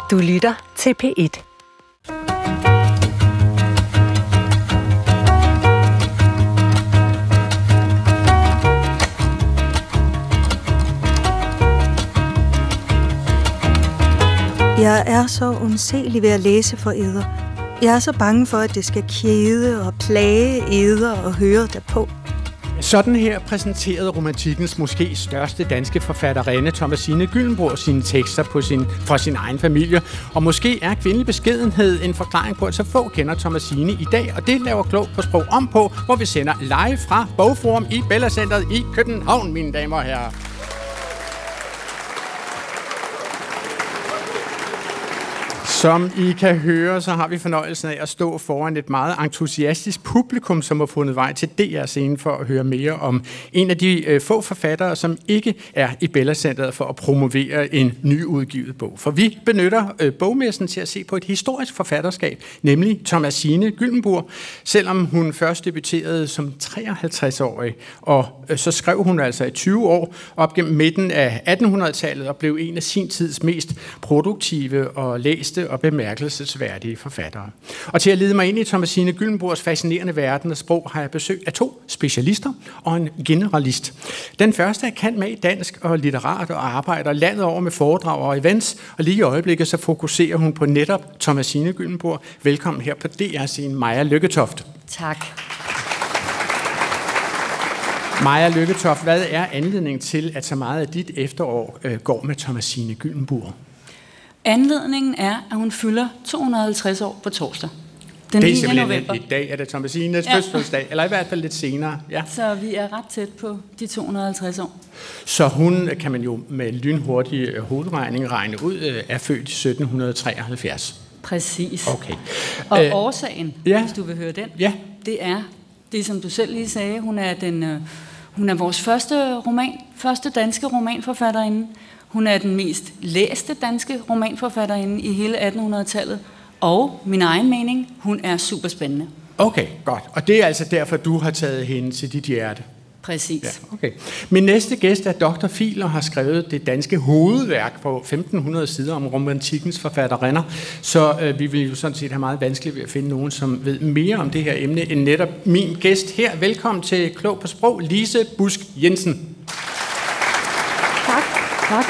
Du lytter til P1. Jeg er så undselig ved at læse for eder. Jeg er så bange for, at det skal kede og plage eder og høre derpå. Sådan her præsenterede romantikkens måske største danske forfatterinde Thomasine Gyllenbourg sine tekster for sin egen familie. Og måske er kvindelig beskedenhed en forklaring på, at så få kender Thomasine i dag. Og det laver Klog på Sprog om på, hvor vi sender live fra Bogforum i Bella Centeret i København, mine damer og herrer. Som I kan høre, så har vi fornøjelsen af at stå foran et meget entusiastisk publikum, som har fundet vej til DR-scenen for at høre mere om en af de få forfattere, som ikke er i Bella Centeret for at promovere en nyudgivet bog. For vi benytter bogmessen til at se på et historisk forfatterskab, nemlig Thomasine Gyllenbourg, selvom hun først debuterede som 53-årig, og så skrev hun altså i 20 år op gennem midten af 1800-tallet og blev en af sin tids mest produktive og læste og bemærkelsesværdige forfattere. Og til at lede mig ind i Thomasine Gyllenbourgs fascinerende verden af sprog, har jeg besøg af 2 specialister og en generalist. Den første er kendt med i dansk og litterat og arbejder landet over med foredrag og events, og lige i øjeblikket så fokuserer hun på netop Thomasine Gyllenbourg. Velkommen her på DR-scenen, Maja Lykketoft. Tak. Maja Lykketoft, hvad er anledningen til, at så meget af dit efterår går med Thomasine Gyllenbourg? Anledningen er, at hun fylder 250 år på torsdag. Den 9. november. I dag er det Thomasines fødselsdag, eller i hvert fald lidt senere. Ja. Så vi er ret tæt på de 250 år. Så hun, kan man jo med lynhurtig hovedregning regne ud, er født i 1773. Præcis. Okay. Og årsagen, hvis du vil høre den, det er, som du selv lige sagde, hun er vores første danske romanforfatterinde. Hun er den mest læste danske romanforfatterinde i hele 1800-tallet, og min egen mening, hun er super spændende. Okay, godt. Og det er altså derfor, du har taget hende til dit hjerte? Præcis. Ja, okay. Min næste gæst er Dr. Fiel og har skrevet det danske hovedværk på 1500 sider om romantikkens forfatterinder, så vi vil jo sådan set have meget vanskeligt ved at finde nogen, som ved mere om det her emne end netop min gæst her. Velkommen til Klog på Sprog, Lise Busk Jensen. Tak.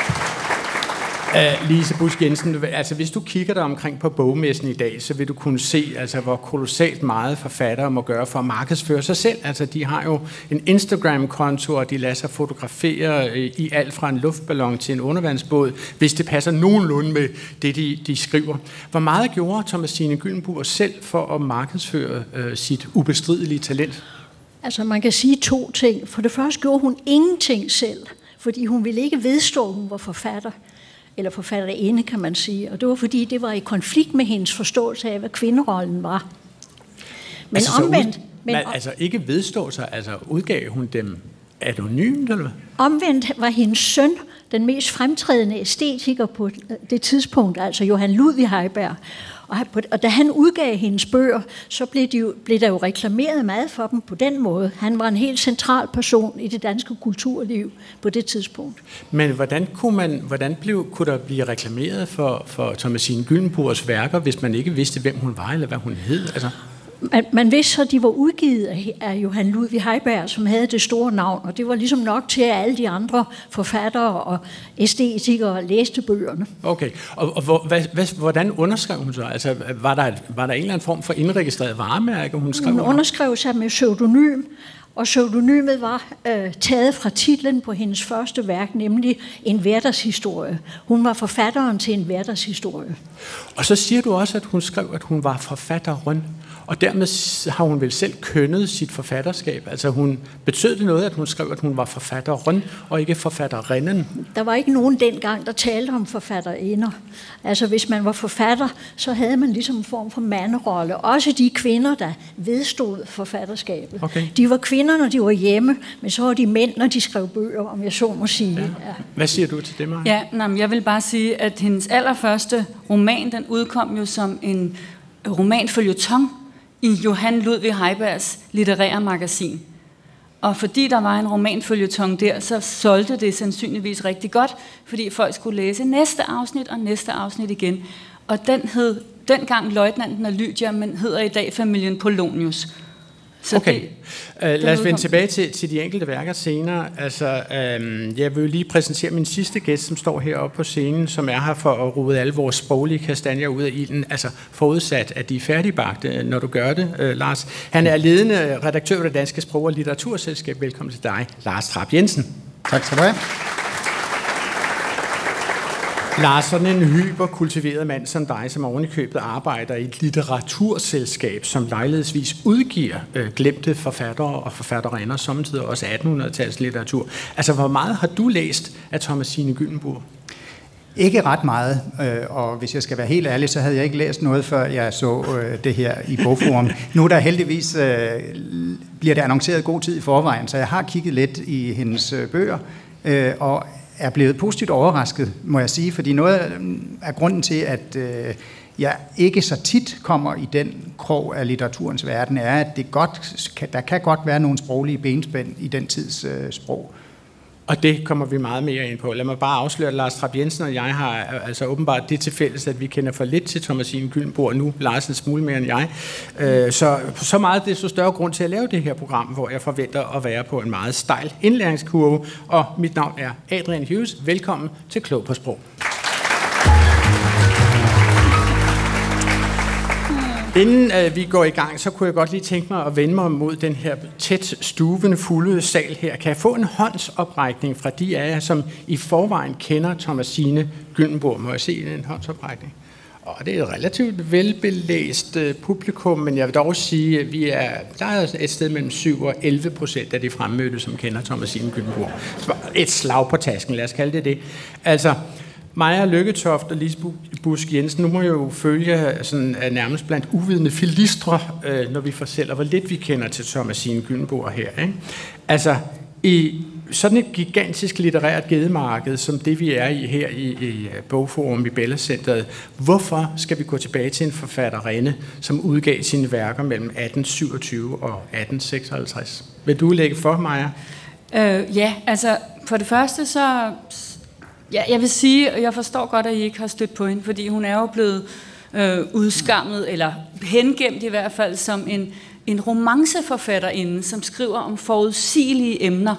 Lise Busk Jensen, altså hvis du kigger dig omkring på bogmessen i dag, så vil du kunne se, altså, hvor kolossalt meget forfattere må gøre for at markedsføre sig selv. Altså, de har jo en Instagram-konto, og de lader sig fotografere i alt fra en luftballon til en undervandsbåd, hvis det passer nogenlunde med det, de skriver. Hvor meget gjorde Thomasine Gyllenbourg selv for at markedsføre sit ubestridelige talent? Altså, man kan sige 2 ting. For det første gjorde hun ingenting selv, fordi hun ville ikke vedstå, at hun var forfatter, eller forfatterinde, kan man sige. Og det var, fordi det var i konflikt med hendes forståelse af, hvad kvinderollen var. Men altså, omvendt... altså ikke vedstå sig, altså udgav hun dem anonymt, eller hvad? Omvendt var hendes søn den mest fremtrædende æstetiker på det tidspunkt, altså Johan Ludvig Heiberg. Og da han udgav hendes bøger, så blev der jo reklameret meget for dem på den måde. Han var en helt central person i det danske kulturliv på det tidspunkt. Men hvordan kunne der blive reklameret for Thomasine Gyllenbourgs værker, hvis man ikke vidste, hvem hun var, eller hvad hun hed? Altså... Man vidste så, at de var udgivet af Johan Ludvig Heiberg, som havde det store navn, og det var ligesom nok til, at alle de andre forfattere og æstetikere læste bøgerne. Okay, og hvordan underskrev hun så? Altså, var der en eller anden form for indregistreret varemærke, hun skrev? Hun underskrev sig med pseudonym, og pseudonymet var taget fra titlen på hendes første værk, nemlig En hverdagshistorie. Hun var forfatteren til En hverdagshistorie. Og så siger du også, at hun skrev, at hun var forfatteren. Og dermed har hun vel selv kønnet sit forfatterskab. Altså betød det noget, at hun skrev, at hun var forfatteren og ikke forfatterinden? Der var ikke nogen dengang, der talte om forfatterinder. Altså hvis man var forfatter, så havde man ligesom en form for manderolle. Også de kvinder, der vedstod forfatterskabet. Okay. De var kvinder, når de var hjemme, men så var de mænd, når de skrev bøger, om jeg så må sige. Ja. Ja. Hvad siger du til det, Maja? Ja, jeg vil bare sige, at hendes allerførste roman, den udkom jo som en romanføljeton i Johan Ludvig Heibergs litterære magasin. Og fordi der var en romanføljeton der, så solgte det sandsynligvis rigtig godt, fordi folk skulle læse næste afsnit igen. Og den hed dengang Løjtnanten og Lydia, men hedder i dag Familien Polonius. Så okay, lad os vende tilbage til de enkelte værker senere. Altså, jeg vil lige præsentere min sidste gæst, som står heroppe på scenen, som er her for at rode alle vores sproglige kastanjer ud af ilden, altså forudsat, at de er færdigbagte, når du gør det, Lars. Han er ledende redaktør af det Danske Sprog- og Litteraturselskab. Velkommen til dig, Lars Trap Jensen. Tak skal du have. Lars, sådan en hyperkultiveret mand som dig, som ovenikøbet arbejder i et litteraturselskab, som lejlighedsvis udgiver glemte forfattere og forfatterinder, samtidig også 1800-tals litteratur. Altså, hvor meget har du læst af Thomasine Gyllenbourg? Ikke ret meget, og hvis jeg skal være helt ærlig, så havde jeg ikke læst noget, før jeg så det her i Bogforum. Nu der heldigvis bliver det annonceret god tid i forvejen, så jeg har kigget lidt i hendes bøger, og er blevet positivt overrasket, må jeg sige, fordi noget af grunden til, at jeg ikke så tit kommer i den krog af litteraturens verden, er, at der kan godt være nogle sproglige benspænd i den tids sprog. Og det kommer vi meget mere ind på. Lad mig bare afsløre, at Lars Trap Jensen og jeg har altså åbenbart det til fælles, at vi kender for lidt til Thomasine Gyllenbourg, nu Lars en smule mere end jeg. Så meget det er så større grund til at lave det her program, hvor jeg forventer at være på en meget stejl indlæringskurve. Og mit navn er Adrian Hughes. Velkommen til Klog på Sprog. Inden vi går i gang, så kunne jeg godt lige tænke mig at vende mig mod den her tæt stuvende fulde sal her. Kan jeg få en håndsoprækning fra de af jer, som i forvejen kender Thomasine Gyllenbourg? Må jeg se en håndsoprækning? Og det er et relativt velbelæst publikum, men jeg vil dog sige, at der er et sted mellem 7% og 11% af de fremmødte, som kender Thomasine Gyllenbourg. Et slag på tasken, lad os kalde det det. Altså, Maja Lykketoft og Lise Busk Jensen, nu må jeg jo følge sådan, nærmest blandt uvidende filistre, når vi fortæller, hvor lidt vi kender til Thomasine Gyllenbourg her. Ikke? Altså, i sådan et gigantisk litterært gedemarked, som det vi er i her i Bogforum i Bella Centeret, hvorfor skal vi gå tilbage til en forfatterinde, som udgav sine værker mellem 1827 og 1856? Vil du lægge for, Maja? Ja, altså for det første så... Ja, jeg vil sige, og jeg forstår godt, at I ikke har stødt på hende, fordi hun er jo blevet udskammet, eller hengemt i hvert fald, som en romanceforfatterinde, som skriver om forudsigelige emner.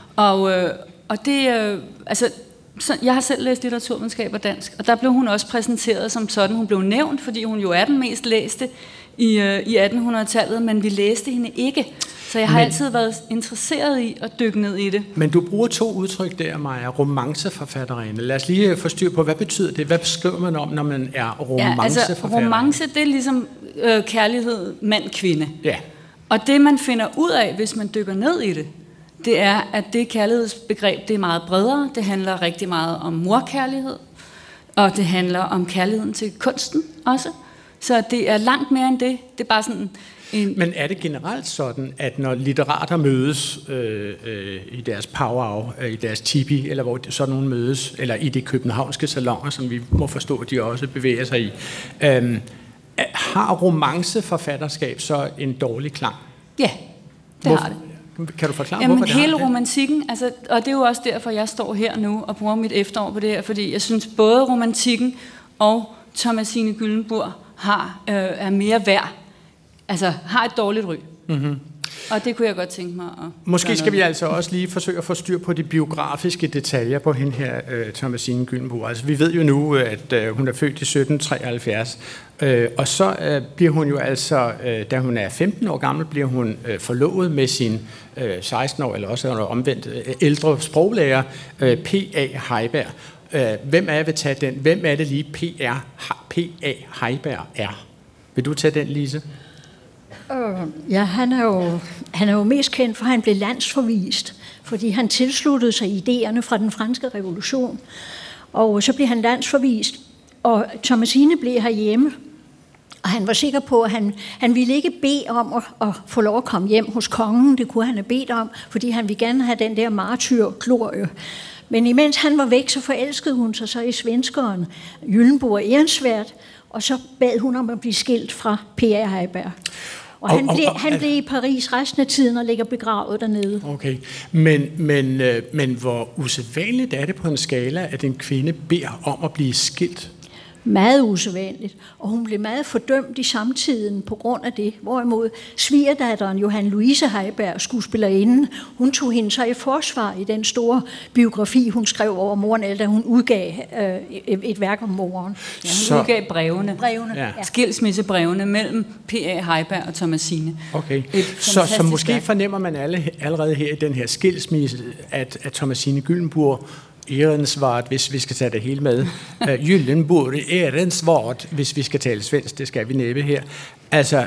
Og det, altså, jeg har selv læst litteraturvidenskab og dansk, og der blev hun også præsenteret som sådan. Hun blev nævnt, fordi hun jo er den mest læste i 1800-tallet, men vi læste hende ikke. Så jeg har altid været interesseret i at dykke ned i det. Men du bruger 2 udtryk der, Maja. Romanceforfatterinde. Lad os lige få styr på, hvad betyder det? Hvad beskriver man om, når man er romanceforfatterinde? Ja, altså romance, det er ligesom kærlighed mand-kvinde. Ja. Og det, man finder ud af, hvis man dykker ned i det, det er, at det kærlighedsbegreb, det er meget bredere. Det handler rigtig meget om morkærlighed, og det handler om kærligheden til kunsten også. Så det er langt mere end det. Det er bare sådan... Men er det generelt sådan, at når litterater mødes i deres powwow, i deres tipi, eller hvor sådan nogen mødes, eller i de københavnske salonger, som vi må forstå, at de også bevæger sig i, har romanceforfatterskab så en dårlig klang? Ja, det har det. Kan du forklare, hvorfor det hele har det? Romantikken, altså, og det er jo også derfor, jeg står her nu og bruger mit efterår på det her, fordi jeg synes, både romantikken og Thomasine Gyllenbourg er mere værd. Altså, har et dårligt ry. Mm-hmm. Og det kunne jeg godt tænke mig at... Måske skal vi altså også lige forsøge at få styr på de biografiske detaljer på hende her, Thomasine Gyllenbourg. Altså, vi ved jo nu, at hun er født i 1773, og så bliver hun jo altså, da hun er 15 år gammel, bliver hun forlovet med sin 16 år, eller også omvendt ældre sproglærer, P.A. Heiberg. Hvem er jeg vil tage den? Hvem er det lige P.A. Heiberg er? Vil du tage den, Lise? Ja, han er jo mest kendt for, at han blev landsforvist, fordi han tilsluttede sig idéerne fra den franske revolution. Og så blev han landsforvist, og Thomasine blev herhjemme. Og han var sikker på, at han ville ikke bede om at få lov at komme hjem hos kongen. Det kunne han have bedt om, fordi han ville gerne have den der martyr-glorie. Men imens han var væk, så forelskede hun sig så i svenskeren Gyllenbourg Ehrensvärd, og så bad hun om at blive skilt fra P.A. Heiberg. Og han blev i Paris resten af tiden og ligger begravet dernede. Okay, men hvor usædvanligt er det på en skala, at en kvinde beder om at blive skilt? Meget usædvanligt, og hun blev meget fordømt i samtiden på grund af det. Hvorimod svigerdatteren Johan Louise Heiberg, skuespillerinden, hun tog hende så i forsvar i den store biografi, hun skrev over moren, eller da hun udgav et værk om moren. Ja, hun udgav brevene. Ja. Skilsmissebrevene mellem P.A. Heiberg og Thomasine. Okay, så måske fornemmer man allerede her i den her skilsmisse, at Thomasine Gyllenbourg Ehrensvart, hvis vi skal tage det hele med. Gyllenbourg Ehrensvart, hvis vi skal tale svensk, det skal vi næppe her. Altså,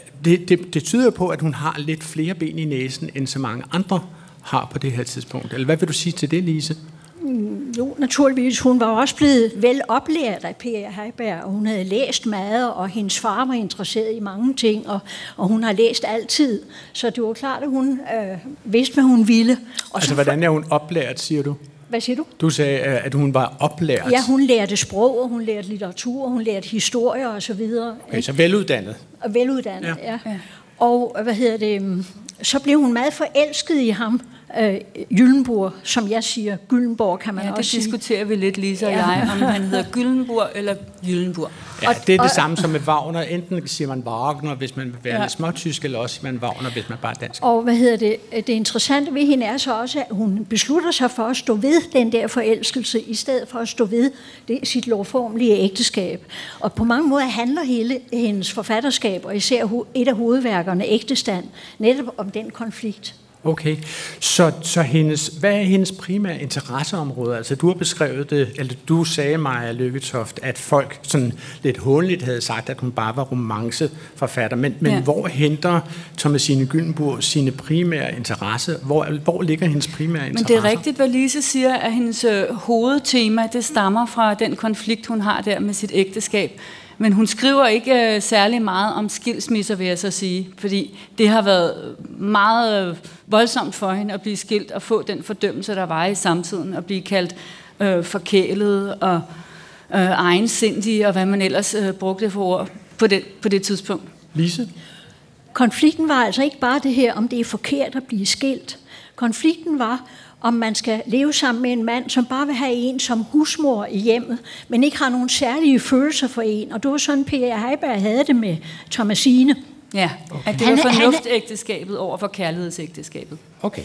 det tyder på, at hun har lidt flere ben i næsen, end så mange andre har på det her tidspunkt. Eller hvad vil du sige til det, Lise? Jo, naturligvis. Hun var også blevet vel oplært af P.A. Heiberg, og hun havde læst meget, og hendes far var interesseret i mange ting, og hun har læst altid. Så det var klart, at hun vidste, hvad hun ville. Og altså, hvordan er hun oplært, siger du? Hvad siger du? Du sagde, at hun var oplært. Ja, hun lærte sprog, og hun lærte litteratur, og hun lærte historie og så videre. Okay, så veluddannet. Og veluddannet, ja. Og så blev hun meget forelsket i ham, Gyllenbourg, som jeg siger. Gyllenborg kan man også sige. Det diskuterer vi lidt, Lise og jeg, om han hedder Gyllenbourg eller Gyllenbourg. Ja, det er det samme som med Wagner. Enten siger man Wagner, hvis man vil være lidt småtysk, eller også siger man Wagner, hvis man bare er dansk. Og det interessante ved hende er så også, at hun beslutter sig for at stå ved den der forelskelse, i stedet for at stå ved sit lovformelige ægteskab. Og på mange måder handler hele hendes forfatterskab, og især et af hovedværkerne, Ægtestand, netop om den konflikt. Okay, så hvad er hendes primære interesseområde? Altså du har beskrevet det, eller du sagde, Maja Lykketoft, at folk sådan lidt hånligt havde sagt, at hun bare var romanceforfatter. Men hvor henter Thomasine Gyllenbourg sine primære interesser? Hvor ligger hendes primære interesser? Men det er rigtigt, hvad Lise siger, at hendes hovedtema, det stammer fra den konflikt, hun har der med sit ægteskab. Men hun skriver ikke særlig meget om skilsmisser, vil jeg så sige, fordi det har været meget voldsomt for hende at blive skilt og få den fordømmelse, der var i samtiden, og blive kaldt forkælet og egensindig, og hvad man ellers brugte for ord på det tidspunkt. Lise? Konflikten var altså ikke bare det her, om det er forkert at blive skilt. Konflikten var, om man skal leve sammen med en mand, som bare vil have en som husmor i hjemmet, men ikke har nogen særlige følelser for en. Og det var sådan, P.A. Heiberg havde det med Thomasine. Ja, at det var fornuftægteskabet over for kærlighedsægteskabet. Okay.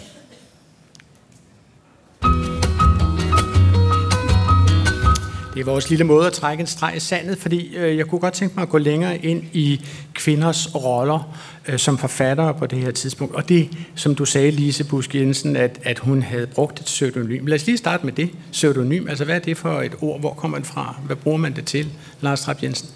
Det er vores lille måde at trække en streg i sandet, fordi jeg kunne godt tænke mig at gå længere ind i kvinders roller som forfattere på det her tidspunkt. Og det, som du sagde, Lise Busk Jensen, at hun havde brugt et pseudonym. Lad os lige starte med det. Pseudonym, altså hvad er det for et ord? Hvor kommer det fra? Hvad bruger man det til? Lars Trapp Jensen.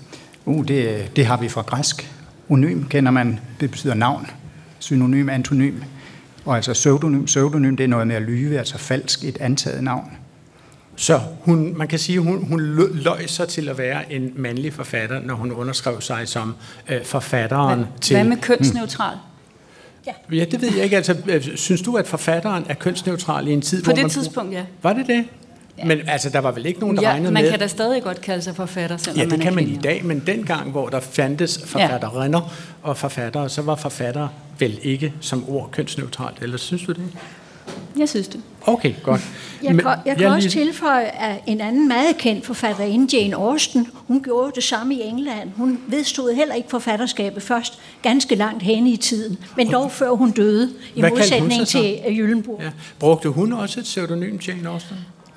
Det har vi fra græsk. Onym kender man, det betyder navn. Synonym, antonym. Og altså pseudonym, det er noget med at lyve, altså falsk, et antaget navn. Så man kan sige, at hun løj sig til at være en mandlig forfatter, når hun underskrev sig som forfatteren til... Hvad med kønsneutral? Ja, det ved jeg ikke. Altså, synes du, at forfatteren er kønsneutral i en tid, hvor man... På det tidspunkt, ja. Var det det? Ja. Men altså, der var vel ikke nogen, der regnede med... man kan da stadig godt kalde sig forfatter, selvom man det kan man i dag, men dengang, hvor der fandtes forfatterinder og forfattere, så var forfatter vel ikke som ord kønsneutralt, eller synes du det? Jeg synes det. Okay, godt. Jeg kan også tilføje, at en anden meget kendt forfatterinde, Jane Austen, hun gjorde det samme i England. Hun vedstod heller ikke forfatterskabet først ganske langt henne i tiden, men dog før hun døde, i modsætning til Gyllenbourg. Ja. Brugte hun også et pseudonym, Jane Austen?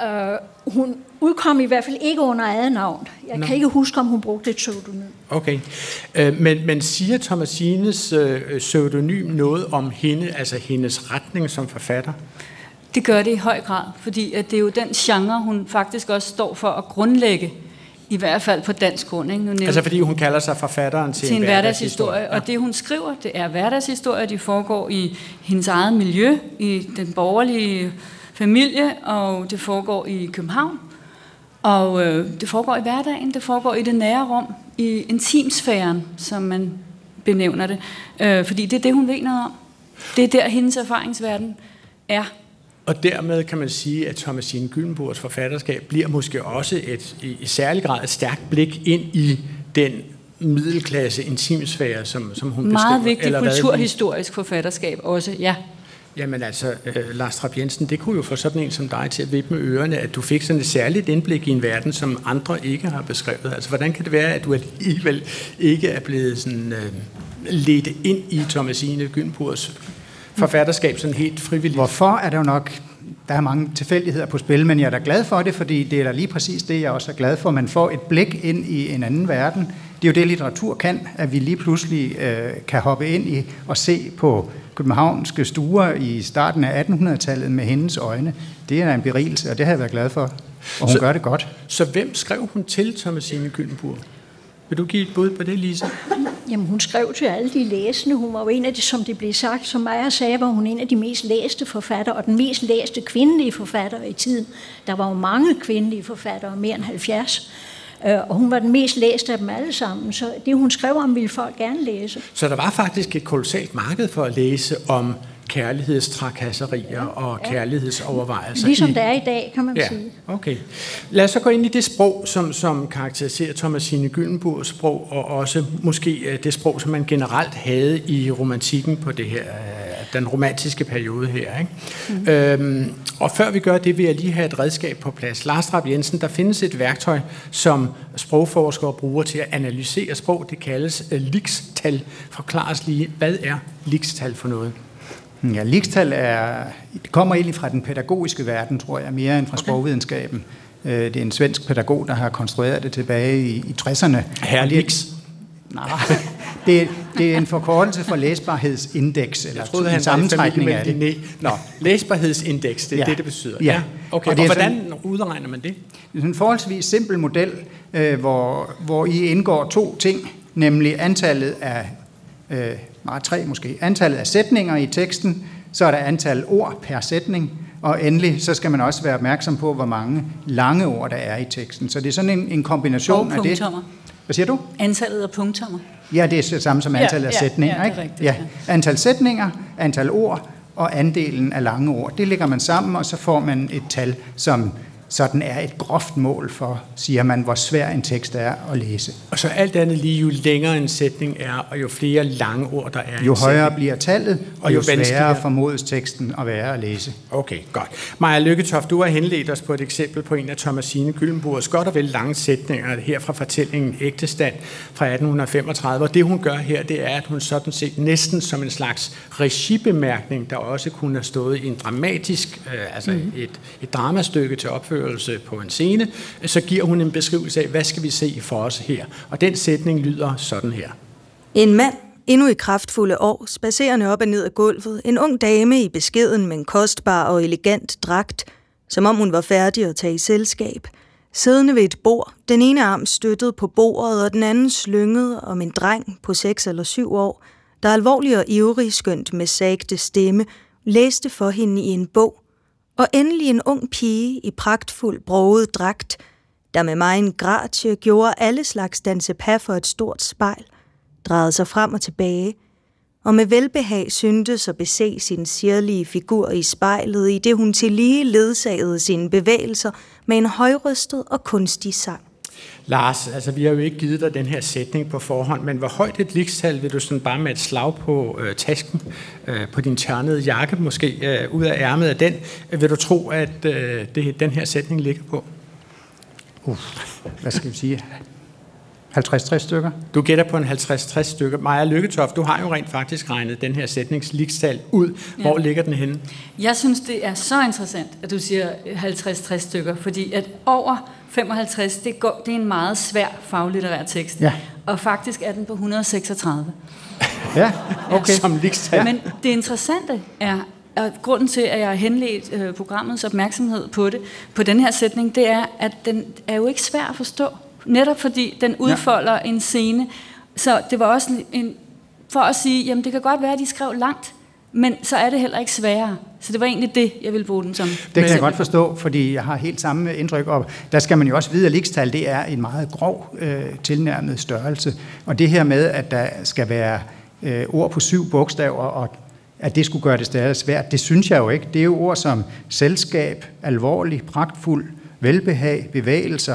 Hun udkom i hvert fald ikke under eget navn. Jeg kan ikke huske, om hun brugte et pseudonym. Okay. Men siger Thomasines pseudonym noget om hende, altså hendes retning som forfatter? Det gør det i høj grad, fordi at det er jo den genre, hun faktisk også står for at grundlægge, i hvert fald på dansk grund. Ikke? Altså fordi hun kalder sig forfatteren til en hverdagshistorie. Ja. Og det hun skriver, det er hverdagshistorie, de foregår i hendes eget miljø, i den borgerlige familie, og det foregår i København. Og det foregår i hverdagen, det foregår i det nære rum, i intimsfæren, som man benævner det. Fordi det er det, hun ved noget om. Det er der, hendes erfaringsverden er. Og dermed kan man sige, at Thomasine Gyllenbourgs forfatterskab bliver måske også i særlig grad et stærkt blik ind i den middelklasse intimsfære, som hun beskriver. Meget vigtigt kulturhistorisk forfatterskab også, ja. Jamen altså, Lars Trapp Jensen, det kunne jo få sådan en som dig til at vippe med ørerne, at du fik sådan et særligt indblik i en verden, som andre ikke har beskrevet. Altså, hvordan kan det være, at du alligevel ikke er blevet sådan ledt ind i Thomasine Gyllenbourgs forfatterskab sådan helt frivilligt? Hvorfor er der jo nok... Der er mange tilfældigheder på spil, men jeg er da glad for det, fordi det er da lige præcis det, jeg også er glad for. Man får et blik ind i en anden verden. Det er jo det, litteratur kan, at vi lige pludselig kan hoppe ind i og se på københavnske stuer i starten af 1800-tallet med hendes øjne. Det er en berigelse, og det har jeg været glad for, og hun gør det godt. Så hvem skrev hun til Thomasine Gyllenbourg? Vil du give et bud på det, Lise? Jamen, hun skrev til alle de læsende. Hun var jo en af de, som det blev sagt, som Maja sagde, var hun en af de mest læste forfattere, og den mest læste kvindelige forfattere i tiden. Der var jo mange kvindelige forfattere, mere end 70, og hun var den mest læste af dem alle sammen, så det, hun skrev om, ville folk gerne læse. Så der var faktisk et kolossalt marked for at læse om kærlighedstrakasserier og kærlighedsovervejelser. Ligesom det er i dag, kan man sige. Okay. Lad os så gå ind i det sprog, som karakteriserer Thomasine Gyllenbourgs sprog, og også måske det sprog, som man generelt havde i romantikken på det her, den romantiske periode her. Ikke? Og før vi gør det, vil jeg lige have et redskab på plads. Lars Trapp Jensen, der findes et værktøj, som sprogforskere bruger til at analysere sprog. Det kaldes likstal. Forklares lige, hvad er likstal for noget? Ja, likstal det kommer egentlig fra den pædagogiske verden, tror jeg, mere end fra sprogvidenskaben. Det er en svensk pædagog, der har konstrueret det tilbage i 60'erne. Herr Lix? Nej, det er en forkortelse for læsbarhedsindeks, eller en sammentrækning af det. Nå, læsbarhedsindeks, det er det betyder. Ja. Okay. Og hvordan udregner man det? Det er en forholdsvis simpel model, hvor i indgår to ting, nemlig antallet af... tre måske. Antallet af sætninger i teksten, så er der antal ord per sætning, og endelig så skal man også være opmærksom på, hvor mange lange ord der er i teksten. Så det er sådan en kombination af det. Hvad siger du? Antallet af punktummer. Ja, det er det samme som antallet af sætninger. Ja, det er rigtigt, ja. Antal sætninger, antal ord og andelen af lange ord. Det lægger man sammen, og så får man et tal, som sådan er et groft mål for, siger man, hvor svær en tekst er at læse. Og så alt andet lige, jo længere en sætning er, og jo flere lange ord der er. Jo højere bliver tallet, og jo sværere formodes teksten at være at læse. Okay, godt. Maja Lykketoft, du har henledt os på et eksempel på en af Thomasine Gyllenbourgs godt og vel lange sætninger her fra fortællingen Ægtestand fra 1835. Og det hun gør her, det er, at hun sådan set næsten som en slags regibemærkning, der også kunne have stået i en dramatisk, et dramastykke til opførelse på en scene, så giver hun en beskrivelse af, hvad skal vi se for os her. Og den sætning lyder sådan her. En mand, endnu i kraftfulde år, spacerende op og ned ad gulvet, en ung dame i beskeden, men kostbar og elegant dragt, som om hun var færdig at tage i selskab, siddende ved et bord, den ene arm støttet på bordet, og den anden slynget om en dreng på 6 eller 7 år, der alvorlig og ivrig, skønt med sagte stemme, læste for hende i en bog, og endelig en ung pige i pragtfuld broget dragt, der med megen gratie gjorde alle slags dansepas for et stort spejl, drejede sig frem og tilbage, og med velbehag syntes at bese sin sirlige figur i spejlet, i det hun tillige ledsagede sine bevægelser med en højrøstet og kunstig sang. Lars, altså vi har jo ikke givet dig den her sætning på forhånd, men hvor højt et likstal vil du sådan bare med et slag på tasken, på din tørnede jakke måske, ud af ærmet af den, vil du tro, at den her sætning ligger på? Hvad skal vi sige? 50-60 stykker? Du gætter på en 50-60 stykker. Maja Lykketoft, du har jo rent faktisk regnet den her sætnings likstal ud. Hvor ligger den henne? Jeg synes, det er så interessant, at du siger 50-60 stykker, fordi at over 55, det er en meget svær faglitterær tekst. Ja. Og faktisk er den på 136. Ja, okay. Som likstal. Men det interessante er, og grunden til, at jeg har henledt programmets opmærksomhed på den her sætning, det er, at den er jo ikke svær at forstå. Netop fordi den udfolder en scene. Så det var også for at sige, jamen det kan godt være, at de skrev langt, men så er det heller ikke sværere. Så det var egentlig det, jeg ville bruge den som. Det kan jeg godt forstå, fordi jeg har helt samme indtryk. Og der skal man jo også vide, at likstal, det er en meget grov tilnærmet størrelse. Og det her med, at der skal være ord på 7 bogstaver, og at det skulle gøre det stadig svært, det synes jeg jo ikke. Det er jo ord som selskab, alvorlig, pragtfuld, velbehag, bevægelser.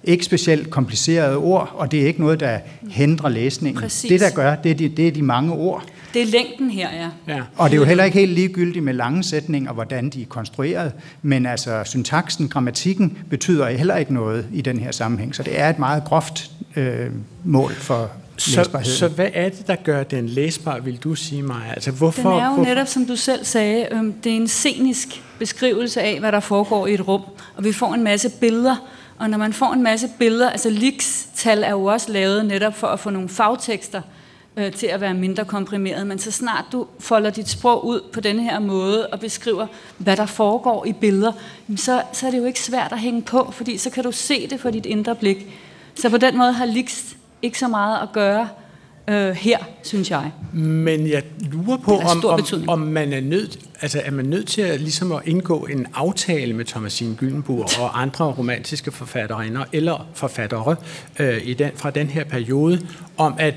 ikke specielt komplicerede ord, og det er ikke noget, der hindrer læsningen. Præcis. Det, der gør, det er de mange ord. Det er længden her, ja. Og det er jo heller ikke helt ligegyldigt med lange sætninger, hvordan de er konstrueret, men altså syntaksen, grammatikken betyder heller ikke noget i den her sammenhæng, så det er et meget groft mål for læsbarheden. Så hvad er det, der gør den læsbar, vil du sige mig? Altså, hvorfor, den er jo netop, som du selv sagde, det er en scenisk beskrivelse af, hvad der foregår i et rum, og vi får en masse billeder, og når man får en masse billeder, altså Liks-tal er jo også lavet netop for at få nogle fagtekster til at være mindre komprimeret, men så snart du folder dit sprog ud på denne her måde og beskriver, hvad der foregår i billeder, så er det jo ikke svært at hænge på, fordi så kan du se det for dit indre blik. Så på den måde har Liks ikke så meget at gøre her, synes jeg. Men jeg lurer på, om man er nødt, altså er man nødt til at, ligesom at indgå en aftale med Thomasine Gyllenbourg og andre romantiske forfatterinder eller forfattere fra den her periode, om at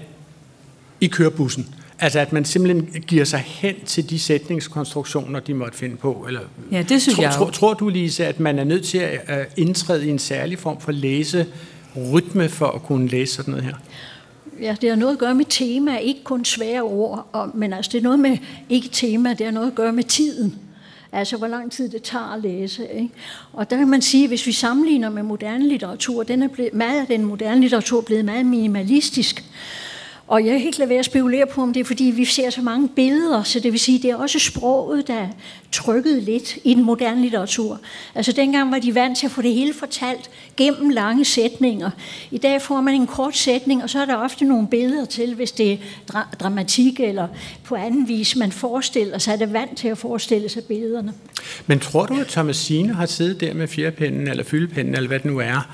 i kørebussen. Altså at man simpelthen giver sig hen til de sætningskonstruktioner, de måtte finde på. Eller, ja, det synes jeg jo. Tror du, Lise, at man er nødt til at indtræde i en særlig form for læserytme for at kunne læse sådan noget her? Ja, det har noget at gøre med tema, ikke kun svære ord, men altså det er noget med, ikke tema, det har noget at gøre med tiden. Altså, hvor lang tid det tager at læse. Ikke? Og der kan man sige, hvis vi sammenligner med moderne litteratur, meget af den moderne litteratur er blevet meget minimalistisk. Og jeg er helt lade ved at spekulere på, om det er, fordi vi ser så mange billeder, så det vil sige, det er også sproget, der er trykket lidt i den moderne litteratur. Altså dengang var de vant til at få det hele fortalt gennem lange sætninger. I dag får man en kort sætning, og så er der ofte nogle billeder til, hvis det er dramatik eller på anden vis, man forestiller sig, er det vant til at forestille sig billederne. Men tror du, at Thomasine har siddet der med fjerpennen eller fyldepennen, eller hvad det nu er,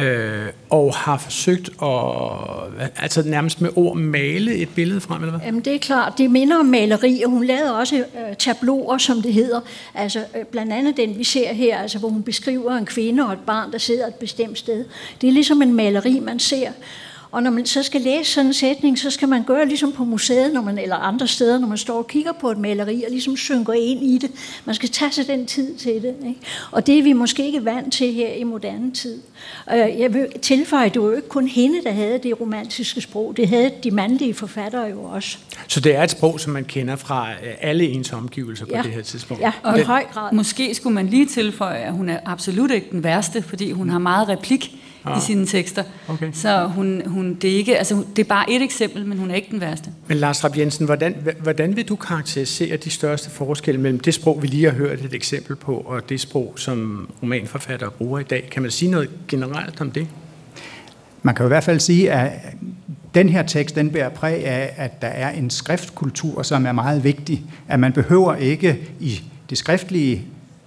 og har forsøgt at altså nærmest med ord male et billede frem, eller hvad? Jamen det er klart, det minder om maleri, og hun lavede også tableauer, som det hedder. Altså blandt andet den, vi ser her, altså, hvor hun beskriver en kvinde og et barn, der sidder et bestemt sted. Det er ligesom en maleri, man ser. Og når man så skal læse sådan en sætning, så skal man gøre ligesom på museet, eller andre steder, når man står og kigger på et maleri, og ligesom synker ind i det. Man skal tage sig den tid til det. Ikke? Og det er vi måske ikke vant til her i moderne tid. Jeg vil tilføje, det var jo ikke kun hende, der havde det romantiske sprog. Det havde de mandlige forfattere jo også. Så det er et sprog, som man kender fra alle ens omgivelser på det her tidspunkt? Ja, og i høj grad. Måske skulle man lige tilføje, at hun er absolut ikke den værste, fordi hun har meget replik i sine tekster. Okay. Så det er ikke, altså det er bare et eksempel, men hun er ikke den værste. Men Lars Rapp Jensen, hvordan vil du karakterisere de største forskelle mellem det sprog, vi lige har hørt et eksempel på, og det sprog, som romanforfattere bruger i dag? Kan man sige noget generelt om det? Man kan jo i hvert fald sige, at den her tekst, den bærer præg af, at der er en skriftkultur, som er meget vigtig. At man behøver ikke i det skriftlige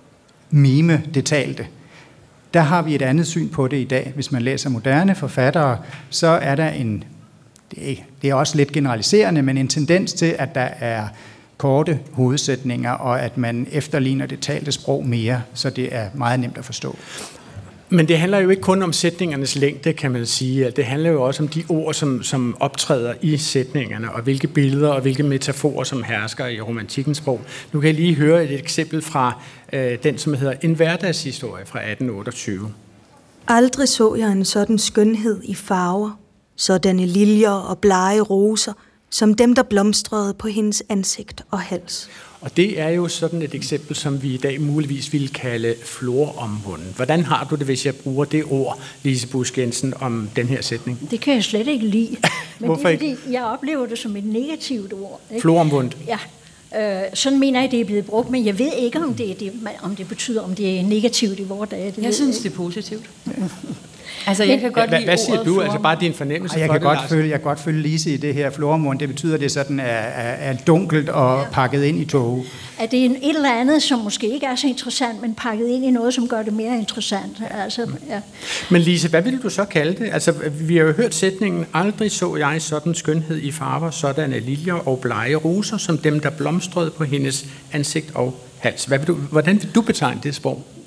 mime det talte. Der har vi et andet syn på det i dag. Hvis man læser moderne forfattere, så er der det er også lidt generaliserende, men en tendens til, at der er korte hovedsætninger, og at man efterligner det talte sprog mere, så det er meget nemt at forstå. Men det handler jo ikke kun om sætningernes længde, kan man sige. Det handler jo også om de ord, som optræder i sætningerne, og hvilke billeder og hvilke metaforer, som hersker i romantikkens sprog. Nu kan jeg lige høre et eksempel fra den, som hedder En hverdagshistorie fra 1828. Aldrig så jeg en sådan skønhed i farver, sådanne liljer og blege roser, som dem, der blomstrede på hendes ansigt og hals. Og det er jo sådan et eksempel, som vi i dag muligvis ville kalde floromvunden. Hvordan har du det, hvis jeg bruger det ord, Lise Busk Jensen, om den her sætning? Det kan jeg slet ikke lide. Men hvorfor det er, ikke? Fordi jeg oplever det som et negativt ord. Ikke? Floromvundet? Ja. Sådan mener jeg, det er blevet brugt, men jeg ved ikke, om det betyder, om det er negativt i vores dage. Jeg synes, det er positivt. Altså, jeg kan godt lide hvad siger du? Altså bare din fornemmelse jeg kan godt følge Lise i det her floromvund. Det betyder, at det sådan er dunkelt og pakket ind i tåge. At det er et eller andet, som måske ikke er så interessant, men pakket ind i noget, som gør det mere interessant. Altså, ja. Men Lise, hvad vil du så kalde det? Altså, vi har jo hørt sætningen, aldrig så jeg sådan skønhed i farver, sådanne liljer og blege roser, som dem, der blomstrede på hendes ansigt og hals. Hvordan vil du betegne det sprog?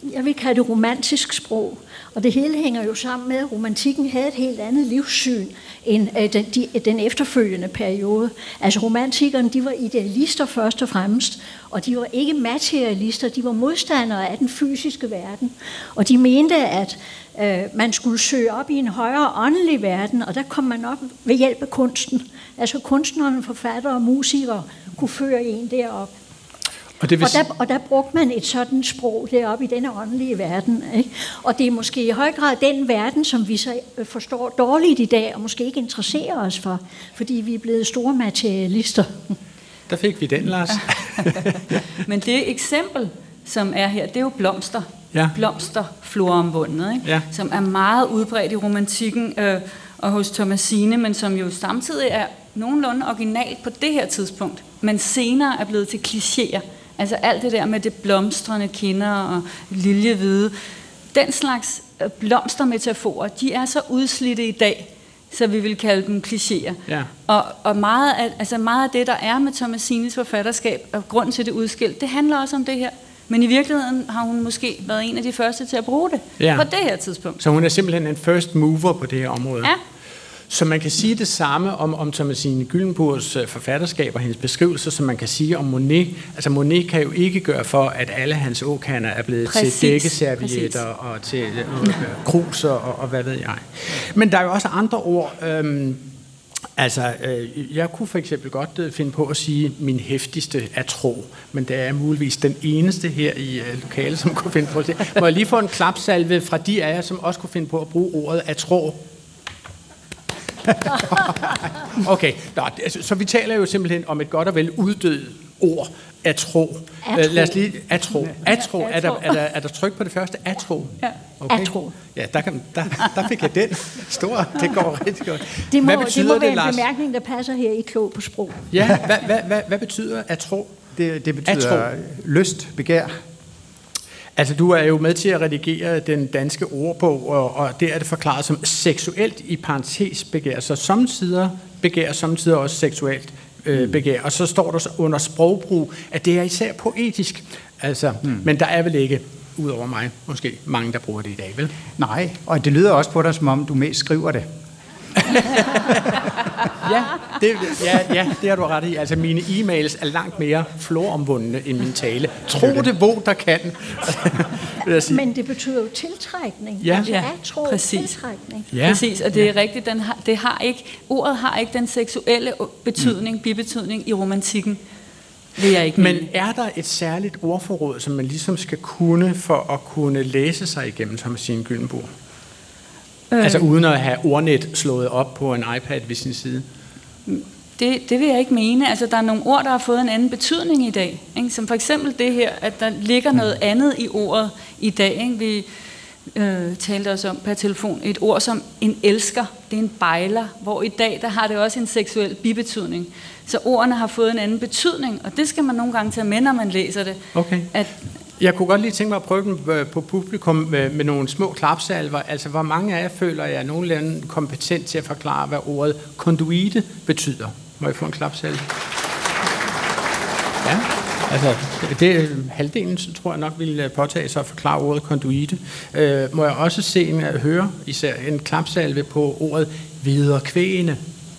jeg vil kalde det romantisk sprog. Og det hele hænger jo sammen med, at romantikken havde et helt andet livssyn end den efterfølgende periode. Altså romantikerne, de var idealister først og fremmest, og de var ikke materialister, de var modstandere af den fysiske verden. Og de mente, at man skulle søge op i en højere åndelig verden, og der kom man op ved hjælp af kunsten. Altså kunstnerne, forfattere og musikere kunne føre en derop. Og der brugte man et sådan sprog deroppe i denne åndelige verden. Ikke? Og det er måske i høj grad den verden, som vi så forstår dårligt i dag, og måske ikke interesserer os for, fordi vi er blevet store materialister. Der fik vi den, Lars. Men det eksempel, som er her, det er jo blomster. Ja. Blomsterfloromvundet, ikke? Ja. Som er meget udbredt i romantikken og hos Thomasine, men som jo samtidig er nogenlunde originalt på det her tidspunkt, men senere er blevet til klichéer. Altså alt det der med det blomstrende kinder og liljehvide. Den slags blomstermetaforer, de er så udslidte i dag, så vi vil kalde dem klichéer. Ja. Og meget af det, der er med Thomasines forfatterskab, og grunden til det udskilt, det handler også om det her. Men i virkeligheden har hun måske været en af de første til at bruge det på det her tidspunkt. Så hun er simpelthen en first mover på det her område. Ja. Så man kan sige det samme om Thomasine Gyllenbourgs forfatterskab og hendes beskrivelser, som man kan sige om Monet. Altså Monet kan jo ikke gøre for, at alle hans åkander er blevet til dækkeservietter og til kruser og hvad ved jeg. Men der er jo også andre ord. Jeg kunne for eksempel godt finde på at sige, min heftigste er tro, men det er muligvis den eneste her i lokalet, som kunne finde på at sige. Må jeg lige få en klapsalve fra de af jer, som også kunne finde på at bruge ordet at tro? Okay, så vi taler jo simpelthen om et godt og vel uddødt ord, atro. Lad os lige atro. Atro. Er der tryk på det første? Atro. Ja. Okay. Atro. Ja, der fik jeg den store. Det går rigtig godt. Det må være en bemærkning, der passer her i Klog på Sprog. Ja, hvad betyder atro? Det betyder lyst, begær. Altså, du er jo med til at redigere den danske ordbog, og der er det forklaret som seksuelt i parentes begær. Så samtidig begær, samtidig også seksuelt begær. Og så står der under sprogbrug, at det er især poetisk. Altså, men der er vel ikke, udover mig, måske mange, der bruger det i dag, vel? Nej, og det lyder også på dig, som om du mest skriver det. det har du ret i. Altså, mine e-mails er langt mere floromvundne end min tale. Tro det, hvor der kan. Men det betyder jo tiltrækning. Ja, altså, atro, tiltrækning. Ja. Præcis, og det er rigtigt. Ordet har ikke den seksuelle betydning, bibetydning i romantikken. Vil jeg ikke Men er der et særligt ordforråd, som man ligesom skal kunne for at kunne læse sig igennem Thomasine Gyllenbourg? Altså uden at have ordnet slået op på en iPad ved sin side? Det vil jeg ikke mene. Altså, der er nogle ord, der har fået en anden betydning i dag. Ikke? Som for eksempel det her, at der ligger noget andet i ordet i dag. Ikke? Vi talte også om per telefon et ord som en elsker. Det er en bejler. Hvor i dag, der har det også en seksuel bibetydning. Så ordene har fået en anden betydning, og det skal man nogle gange tage med, når man læser det. Okay. Jeg kunne godt lige tænke mig at prøve den på publikum med nogle små klapsalver. Altså, hvor mange af jer føler, at jeg er nogenlunde kompetent til at forklare, hvad ordet konduite betyder? Må jeg få en klapsalve? Ja, altså, halvdelen, tror jeg nok, vil påtage sig at forklare ordet konduite. Må jeg også høre især en klapsalve på ordet viderekvægende?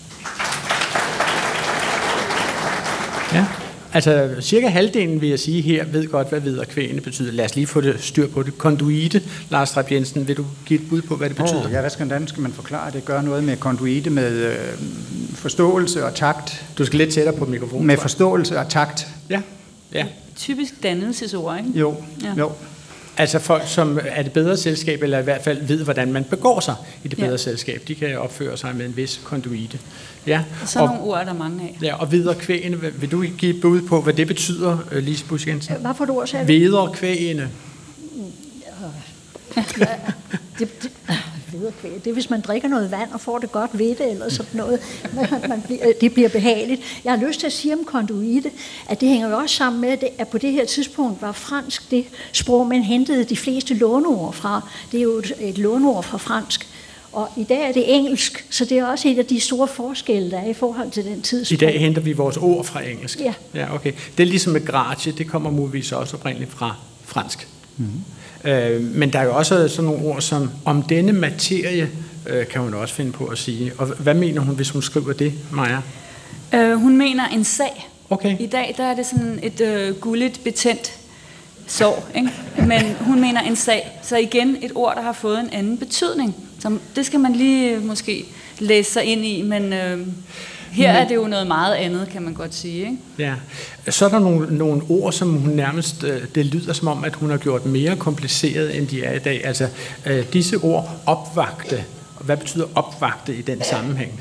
Ja. Altså, cirka halvdelen, vil jeg sige her, ved godt, hvad viderekvægende betyder. Lad os lige få det styr på det. Konduite, Lars Strap Jensen, vil du give et bud på, hvad det betyder? Ja, hvordan skal man forklare det? Gør noget med konduite, med forståelse og takt. Du skal lidt tættere på mikrofonen. Med forståelse og takt. Ja. Typisk dannelsesord, ikke? Jo. Altså folk, som er det bedre selskab, eller i hvert fald ved, hvordan man begår sig i det bedre selskab, de kan opføre sig med en vis konduite. Ja. Sådan nogle ord er der mange af. Ja, og viderekvægende, vil du give et bud på, hvad det betyder, Lise Busch Jensen? Hvad for et ord sagde du? Viderekvægende. Det er, hvis man drikker noget vand og får det godt ved det, eller sådan noget. Det bliver behageligt. Jeg har lyst til at sige om konduite, at det hænger jo også sammen med, at på det her tidspunkt var fransk det sprog, man hentede de fleste låneord fra. Det er jo et låneord fra fransk. Og i dag er det engelsk, så det er også et af de store forskelle, der er i forhold til den tidspunkt. I dag henter vi vores ord fra engelsk? Ja. Ja, okay. Det er ligesom med gratie, det kommer muligvis også oprindeligt fra fransk. Mm-hmm. Men der er jo også sådan nogle ord som om denne materie, kan hun også finde på at sige. Og hvad mener hun, hvis hun skriver det, Maja? Hun mener en sag. Okay. I dag der er det sådan et gulligt betændt sår, ikke? Men hun mener en sag. Så igen et ord, der har fået en anden betydning. Så det skal man lige måske læse sig ind i, men her er det jo noget meget andet, kan man godt sige, ikke? Ja. Så er der nogle ord, som hun nærmest, det lyder som om, at hun har gjort mere kompliceret, end de er i dag. Altså disse ord opvagte. Hvad betyder opvagte i den sammenhæng?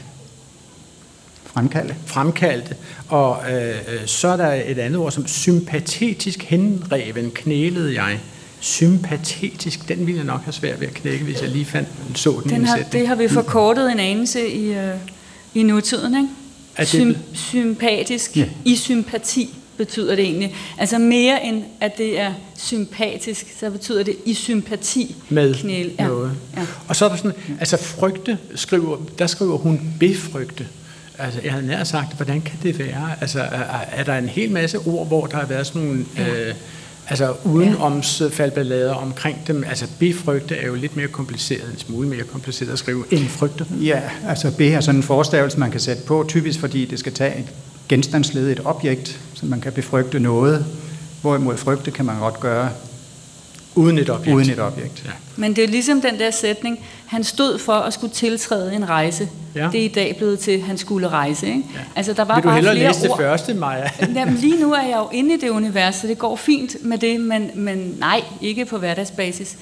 Fremkaldte. Og så er der et andet ord som sympatetisk henreven, knælede jeg. Sympatetisk, den ville jeg nok have svært ved at knække, hvis jeg lige så den i en sætning. Det har vi forkortet en anelse i nutiden, ikke? Sympatisk, ja. I sympati betyder det egentlig. Altså mere end at det er sympatisk, så betyder det i sympati med knæle. Noget. Ja. Og så er der sådan, altså frygte, der skriver hun befrygte. Altså, jeg havde nær sagt, hvordan kan det være? Altså, er der en hel masse ord, hvor der har været sådan nogle udenomsfaldballader omkring dem? Altså, befrygte er jo lidt mere kompliceret, en smule mere kompliceret at skrive end frygte. Ja, altså B er sådan en forstavelse, man kan sætte på, typisk fordi det skal tage et genstandsled, et objekt, så man kan befrygte noget, hvorimod frygte kan man godt gøre uden et objekt. Ja. Men det er ligesom den der sætning, han stod for at skulle tiltræde en rejse. Ja. Det er i dag blevet til, at han skulle rejse. Ikke? Ja. Altså, der var vil du bare hellere flere læse ord. Det første, Maja? Jamen, lige nu er jeg jo inde i det univers, så det går fint med det, men nej, ikke på hverdagsbasis.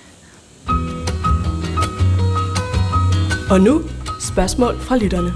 Og nu spørgsmål fra lytterne.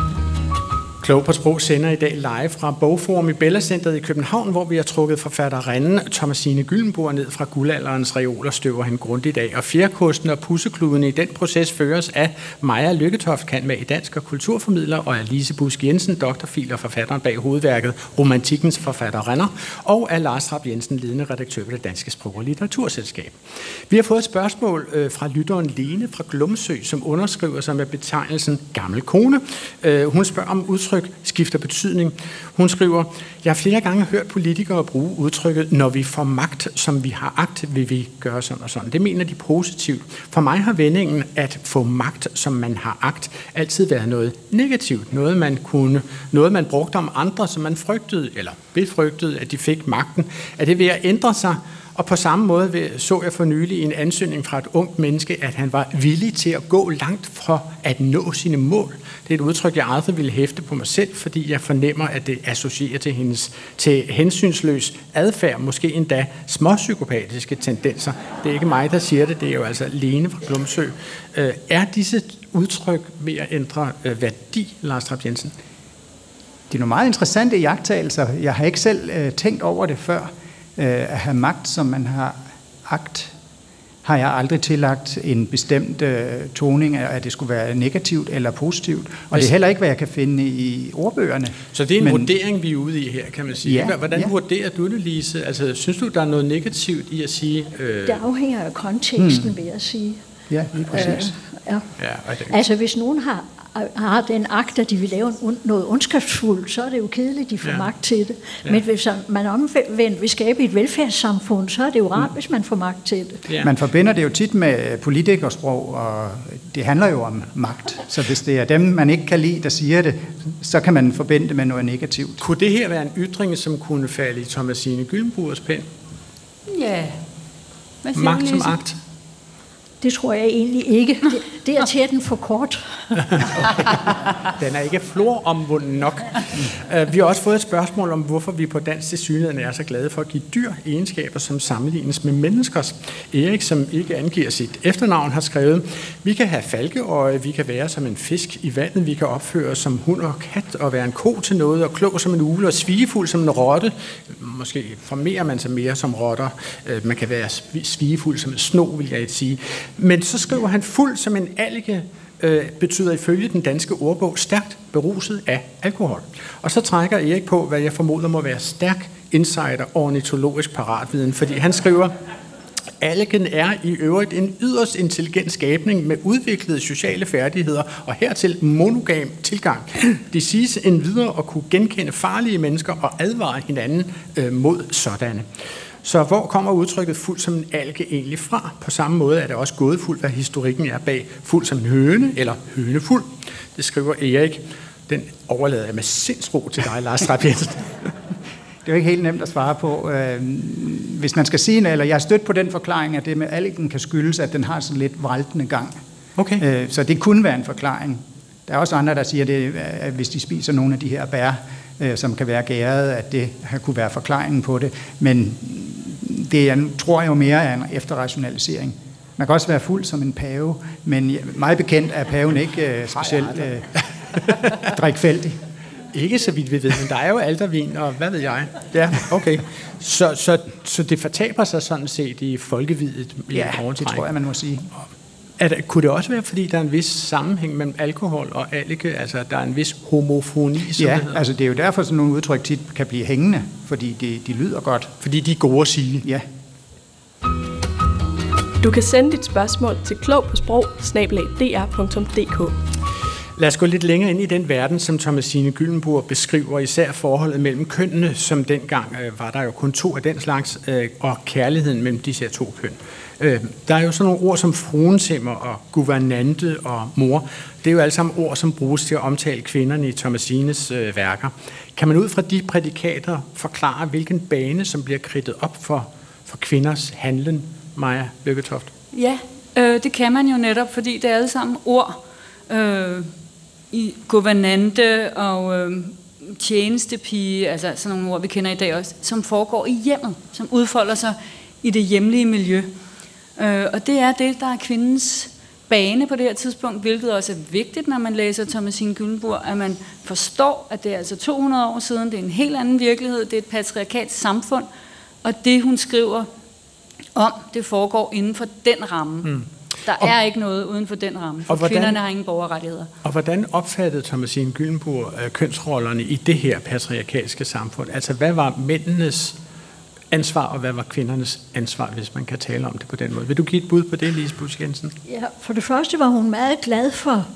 Klog på Sprog sender i dag live fra Bogforum i Bella Centret i København, hvor vi har trukket forfatterinden Thomasine Gyllenboer ned fra guldalderens reoler, støver hende grundigt af. Og fjerkosten og pussekluden i den proces føres af Maja Lykketoft, cand.mag i dansk og kulturformidler, og af Lise Busk Jensen, doktorfil og forfatteren bag hovedværket Romantikkens forfatterinder, og af Lars Rapp Jensen, ledende redaktør ved det Danske Sprog- og Litteraturselskab. Vi har fået et spørgsmål fra lytteren Lene fra Glumsø, som underskriver sig med betegnelsen gammel kone. Hun spørger om udtryk skifter betydning. Hun skriver, jeg har flere gange hørt politikere bruge udtrykket, når vi får magt, som vi har agt, vil vi gøre sådan og sådan. Det mener de positivt. For mig har vendingen at få magt, som man har agt, altid været noget negativt. Noget man brugte om andre, som man frygtede, eller befrygtede, at de fik magten. Er det ved at ændre sig? Og på samme måde så jeg for nylig en ansøgning fra et ungt menneske, at han var villig til at gå langt for at nå sine mål. Det er et udtryk, jeg aldrig ville hæfte på mig selv, fordi jeg fornemmer, at det associerer til hensynsløs adfærd, måske endda småpsykopatiske tendenser. Det er ikke mig, der siger det, det er jo altså Lene fra Glumsø. Er disse udtryk ved at ændre værdi, Lars Rapp Jensen? Det er nogle meget interessante iagttagelser. Jeg har ikke selv tænkt over det før. At have magt, som man har agt, har jeg aldrig tillagt en bestemt toning af, at det skulle være negativt eller positivt. Og det er heller ikke, hvad jeg kan finde i ordbøgerne. Så det er en vurdering, vi er ude i her, kan man sige. Ja, hvordan vurderer du det, Lise? Altså, synes du, der er noget negativt i at sige... Det afhænger af konteksten, vil jeg sige. Ja, lige præcis. Altså, hvis nogen har den akt, at de vil lave noget ondskabsfuldt, så er det jo kedeligt, de får magt til det. Ja. Men hvis man omvendt vil skabe et velfærdssamfund, så er det jo rart, hvis man får magt til det. Ja. Man forbinder det jo tit med politikersprog, og det handler jo om magt. Så hvis det er dem, man ikke kan lide, der siger det, så kan man forbinde det med noget negativt. Kunne det her være en ytring, som kunne falde i Thomasine Gyllenboers pen? Ja. Magt som akt? Det tror jeg egentlig ikke. Det er til den for kort. Den er ikke floromvunden nok. Vi har også fået et spørgsmål om, hvorfor vi på dansk tilsyneladende er så glade for at give dyr egenskaber, som sammenlignes med menneskers. Erik, som ikke angiver sit efternavn, har skrevet, vi kan have falkeøje, vi kan være som en fisk i vandet, vi kan opføre os som hund og kat, og være en ko til noget, og klog som en ugle, og svigefuld som en rotte. Måske formerer man sig mere som rotter. Man kan være svigefuld som en sno, vil jeg sige. Men så skriver han fuld som en alge, betyder ifølge den danske ordbog stærkt beruset af alkohol. Og så trækker Erik på, hvad jeg formoder må være stærk insider ornitologisk paratviden, fordi han skriver, algen er i øvrigt en yderst intelligent skabning med udviklede sociale færdigheder og hertil monogam tilgang. Det siges endvidere at kunne genkende farlige mennesker og advare hinanden mod sådanne. Så hvor kommer udtrykket fuld som en alge egentlig fra? På samme måde er det også gådefuldt, hvad historikken er bag fuld som en høne eller hønefuld. Det skriver Erik. Den overlader jeg med sindsro til dig, Lars Strap Jensen. Det er jo ikke helt nemt at svare på. Hvis man skal sige, eller jeg har stødt på den forklaring, at det med algen kan skyldes, at den har sådan lidt vraltende gang. Okay. Så det kunne være en forklaring. Der er også andre, der siger, at hvis de spiser nogle af de her bær, som kan være gæret, at det kunne være forklaringen på det. Men det tror jeg jo mere er en efterrationalisering. Man kan også være fuld som en pave, men meget bekendt er paven ikke specielt drikfældig. Ikke så vidt vi ved, men der er jo altervin, og hvad ved jeg? Ja, okay. Så det fortaber sig sådan set i folkevidet? Ja, det tror jeg, man må sige. Kunne det også være, fordi der er en vis sammenhæng mellem alkohol og allike, altså der er en vis homofoni, som ja, det hedder? Altså det er jo derfor, sådan nogle udtryk tit kan blive hængende, fordi de lyder godt. Fordi de er gode at sige? Ja. Du kan sende dit spørgsmål til klogpåsprog@dr.dk. Lad os gå lidt længere ind i den verden, som Thomasine Gyllenbourg beskriver, især forholdet mellem kønnene, som dengang var der jo kun 2 af den slags, og kærligheden mellem disse her 2 køn. Der er jo sådan nogle ord som fruentimmer og guvernante og mor. Det er jo alle sammen ord, som bruges til at omtale kvinderne i Thomasines værker. Kan man ud fra de prædikater forklare, hvilken bane, som bliver kridtet op for kvinders handlen, Maja Lykketoft? Ja, det kan man jo netop, fordi det er alle sammen ord, i guvernante og tjenestepige, altså sådan nogle ord, vi kender i dag også, som foregår i hjemmet, som udfolder sig i det hjemlige miljø. Og det er det, der er kvindens bane på det her tidspunkt, hvilket også er vigtigt, når man læser Thomasine Gyllenbourg, at man forstår, at det er altså 200 år siden, det er en helt anden virkelighed, det er et patriarkalsk samfund, og det, hun skriver om, det foregår inden for den ramme. Mm. Der er ikke noget uden for den ramme, for kvinderne har ingen borgerrettigheder. Og hvordan opfattede Thomasine Gyllenbourg kønsrollerne i det her patriarkalske samfund? Altså, hvad var mændenes ansvar, og hvad var kvindernes ansvar, hvis man kan tale om det på den måde? Vil du give et bud på det, Lise Busch Jensen? Ja, for det første var hun meget glad for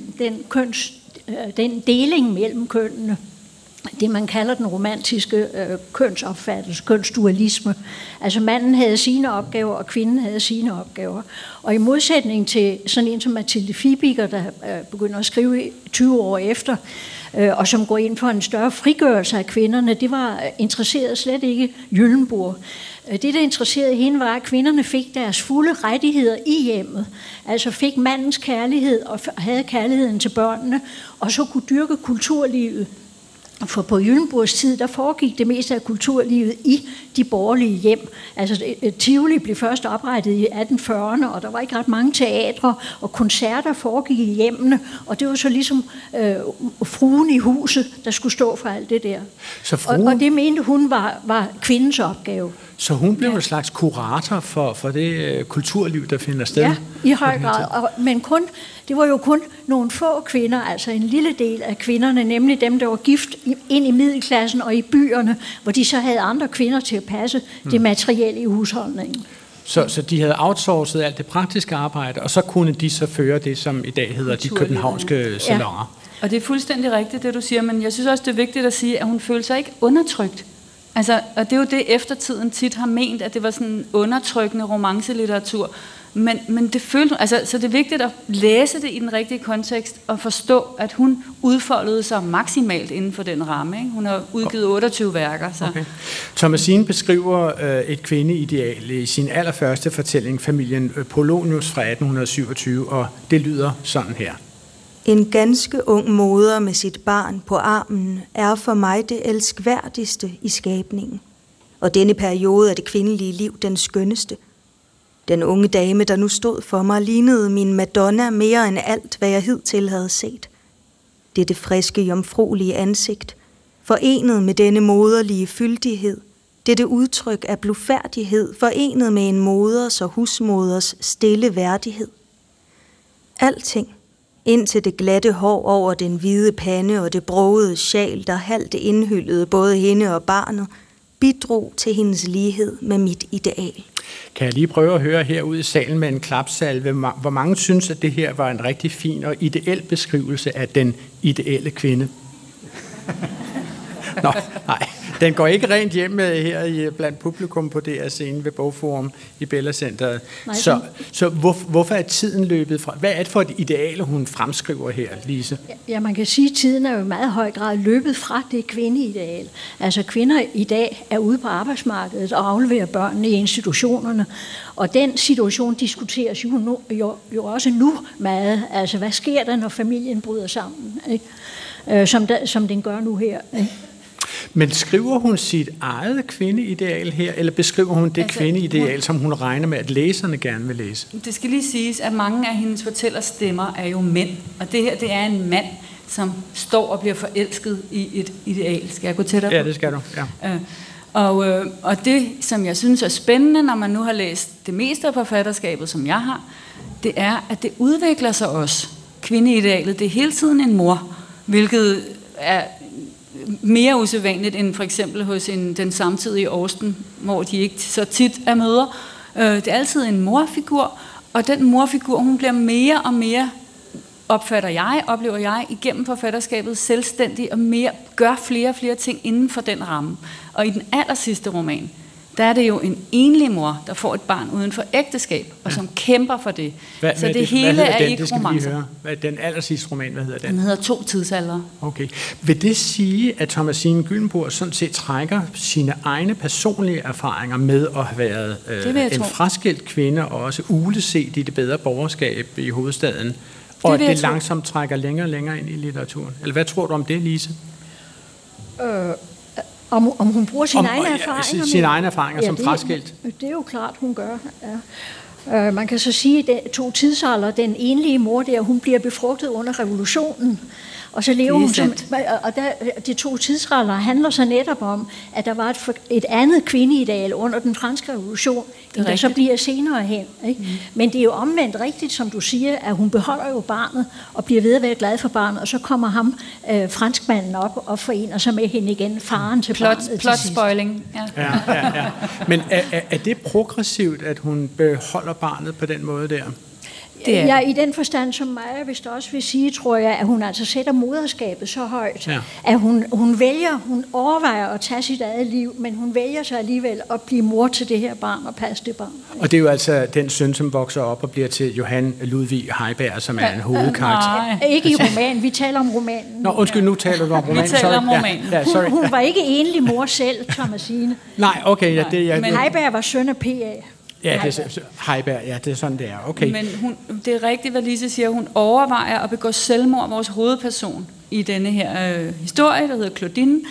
den deling mellem kønnene. Det, man kalder den romantiske kønsopfattelse, kønsdualisme. Altså manden havde sine opgaver, og kvinden havde sine opgaver. Og i modsætning til sådan en som Mathilde Fibiger, der begynder at skrive 20 år efter, og som går ind for en større frigørelse af kvinderne, det var interesseret slet ikke Gyllenbourg. Det, der interesserede hende, var, at kvinderne fik deres fulde rettigheder i hjemmet. Altså fik mandens kærlighed og havde kærligheden til børnene, og så kunne dyrke kulturlivet. For på Gyllenbourgs tid, der foregik det meste af kulturlivet i de borgerlige hjem. Altså Tivoli blev først oprettet i 1840'erne, og der var ikke ret mange teatre, og koncerter foregik i hjemmene, og det var så ligesom fruen i huset, der skulle stå for alt det der. Og det mente hun var kvindens opgave. Så hun blev en slags kurator for det kulturliv, der finder sted? Ja, i høj grad. Men det var jo kun nogle få kvinder, altså en lille del af kvinderne, nemlig dem, der var gift ind i middelklassen og i byerne, hvor de så havde andre kvinder til at passe det materielle i husholdningen. Så de havde outsourcet alt det praktiske arbejde, og så kunne de så føre det, som i dag hedder de københavnske salonger. Ja. Og det er fuldstændig rigtigt, det du siger, men jeg synes også, det er vigtigt at sige, at hun følte sig ikke undertrykt. Altså, og det er jo det, eftertiden tit har ment, at det var sådan en undertrykkende romancelitteratur. Men det følte, altså, så det er vigtigt at læse det i den rigtige kontekst og forstå, at hun udfoldede sig maksimalt inden for den ramme. Ikke? Hun har udgivet 28 værker. Så. Okay. Thomasine beskriver et kvindeideal i sin allerførste fortælling, familien Polonius fra 1827, og det lyder sådan her. En ganske ung moder med sit barn på armen er for mig det elskværdigste i skabningen. Og denne periode af det kvindelige liv den skønneste. Den unge dame, der nu stod for mig, lignede min Madonna mere end alt, hvad jeg hidtil havde set. Dette friske, jomfruelige ansigt, forenet med denne moderlige fyldighed, dette udtryk af blufærdighed, forenet med en moders og husmoders stille værdighed. Alting, indtil det glatte hår over den hvide pande og det brogede sjal, der halvt indhyllede både hende og barnet, bidrog til hendes lighed med mit ideal. Kan jeg lige prøve at høre herude i salen med en klapsalve, hvor mange synes, at det her var en rigtig fin og ideel beskrivelse af den ideelle kvinde? Nå, nej, Den går ikke rent hjem her blandt publikum på DR-scenen ved Bogforum i Bella Centeret. Så hvorfor er tiden løbet fra? Hvad er det for et ideal, hun fremskriver her, Lise? Ja, man kan sige, at tiden er jo i meget høj grad løbet fra det kvindeideal. Altså kvinder i dag er ude på arbejdsmarkedet og afleverer børnene i institutionerne. Og den situation diskuteres jo også nu meget. Altså hvad sker der, når familien bryder sammen? Ikke? Som den gør nu her. Ikke? Men skriver hun sit eget kvindeideal her, eller beskriver hun det kvindeideal, som hun regner med, at læserne gerne vil læse? Det skal lige siges, at mange af hendes fortællerstemmer er jo mænd, og det her, det er en mand, som står og bliver forelsket i et ideal. Skal jeg gå tættere på? Ja, det skal du. Ja. Og det, som jeg synes er spændende, når man nu har læst det meste af forfatterskabet, som jeg har, det er, at det udvikler sig også. Kvindeidealet, det er hele tiden en mor, hvilket er mere usædvanligt end for eksempel hos den samtidige Austen, hvor de ikke så tit er mødre. Det er altid en morfigur, og den morfigur, hun bliver mere og mere, oplever jeg, igennem forfatterskabet selvstændig, og gør flere og flere ting inden for den ramme. Og i den allersidste roman, der er det jo en enlig mor, der får et barn uden for ægteskab, og som kæmper for det. Så det hele er ikke romancer. Hvad er den allersidste roman, hvad hedder den? Den hedder 2 tidsaldre. Okay. Vil det sige, at Thomasine Gyllenbourg sådan set trækker sine egne personlige erfaringer med at have været en fraskilt kvinde, og også uleset i det bedre borgerskab i hovedstaden, og at det langsomt trækker længere og længere ind i litteraturen? Eller hvad tror du om det, Lise? Om hun bruger sine egne erfaringer? Sine egne erfaringer som fraskilt? Det er jo klart, hun gør. Ja. Man kan så sige, at 2 tidsaldre, den enlige mor der, hun bliver befrugtet under revolutionen. Og så lever hun som... Og de 2 tidsaldre handler så netop om, at der var et andet kvindeideal under den franske revolution, end der så bliver senere hen. Ikke? Men det er jo omvendt rigtigt, som du siger, at hun beholder jo barnet, og bliver ved at være glad for barnet, og så kommer ham, franskmanden, op og forener sig med hende igen, faren til barnet. Plot spoiling. Ja. Men er det progressivt, at hun beholder barnet på den måde der? Ja, i den forstand, som Maja vist også vil sige, tror jeg, at hun altså sætter moderskabet så højt, at hun overvejer at tage sit eget liv, men hun vælger sig alligevel at blive mor til det her barn og passe det barn. Og det er jo altså den søn, som vokser op og bliver til Johan Ludvig Heiberg, som er en hovedkarakter. Ikke i romanen, vi taler om romanen. Nå, undskyld, nu taler du om romanen. Vi taler om romanen. Ja, hun var ikke enlig mor selv, Thomasine. Nej, okay. Men Heiberg var søn af P.A. Ja, det er Heiberg, ja, det er sådan, det er. Okay. Men det er rigtigt, hvad Lise siger. Hun overvejer at begå selvmord, vores hovedperson i denne her historie, der hedder Claudine.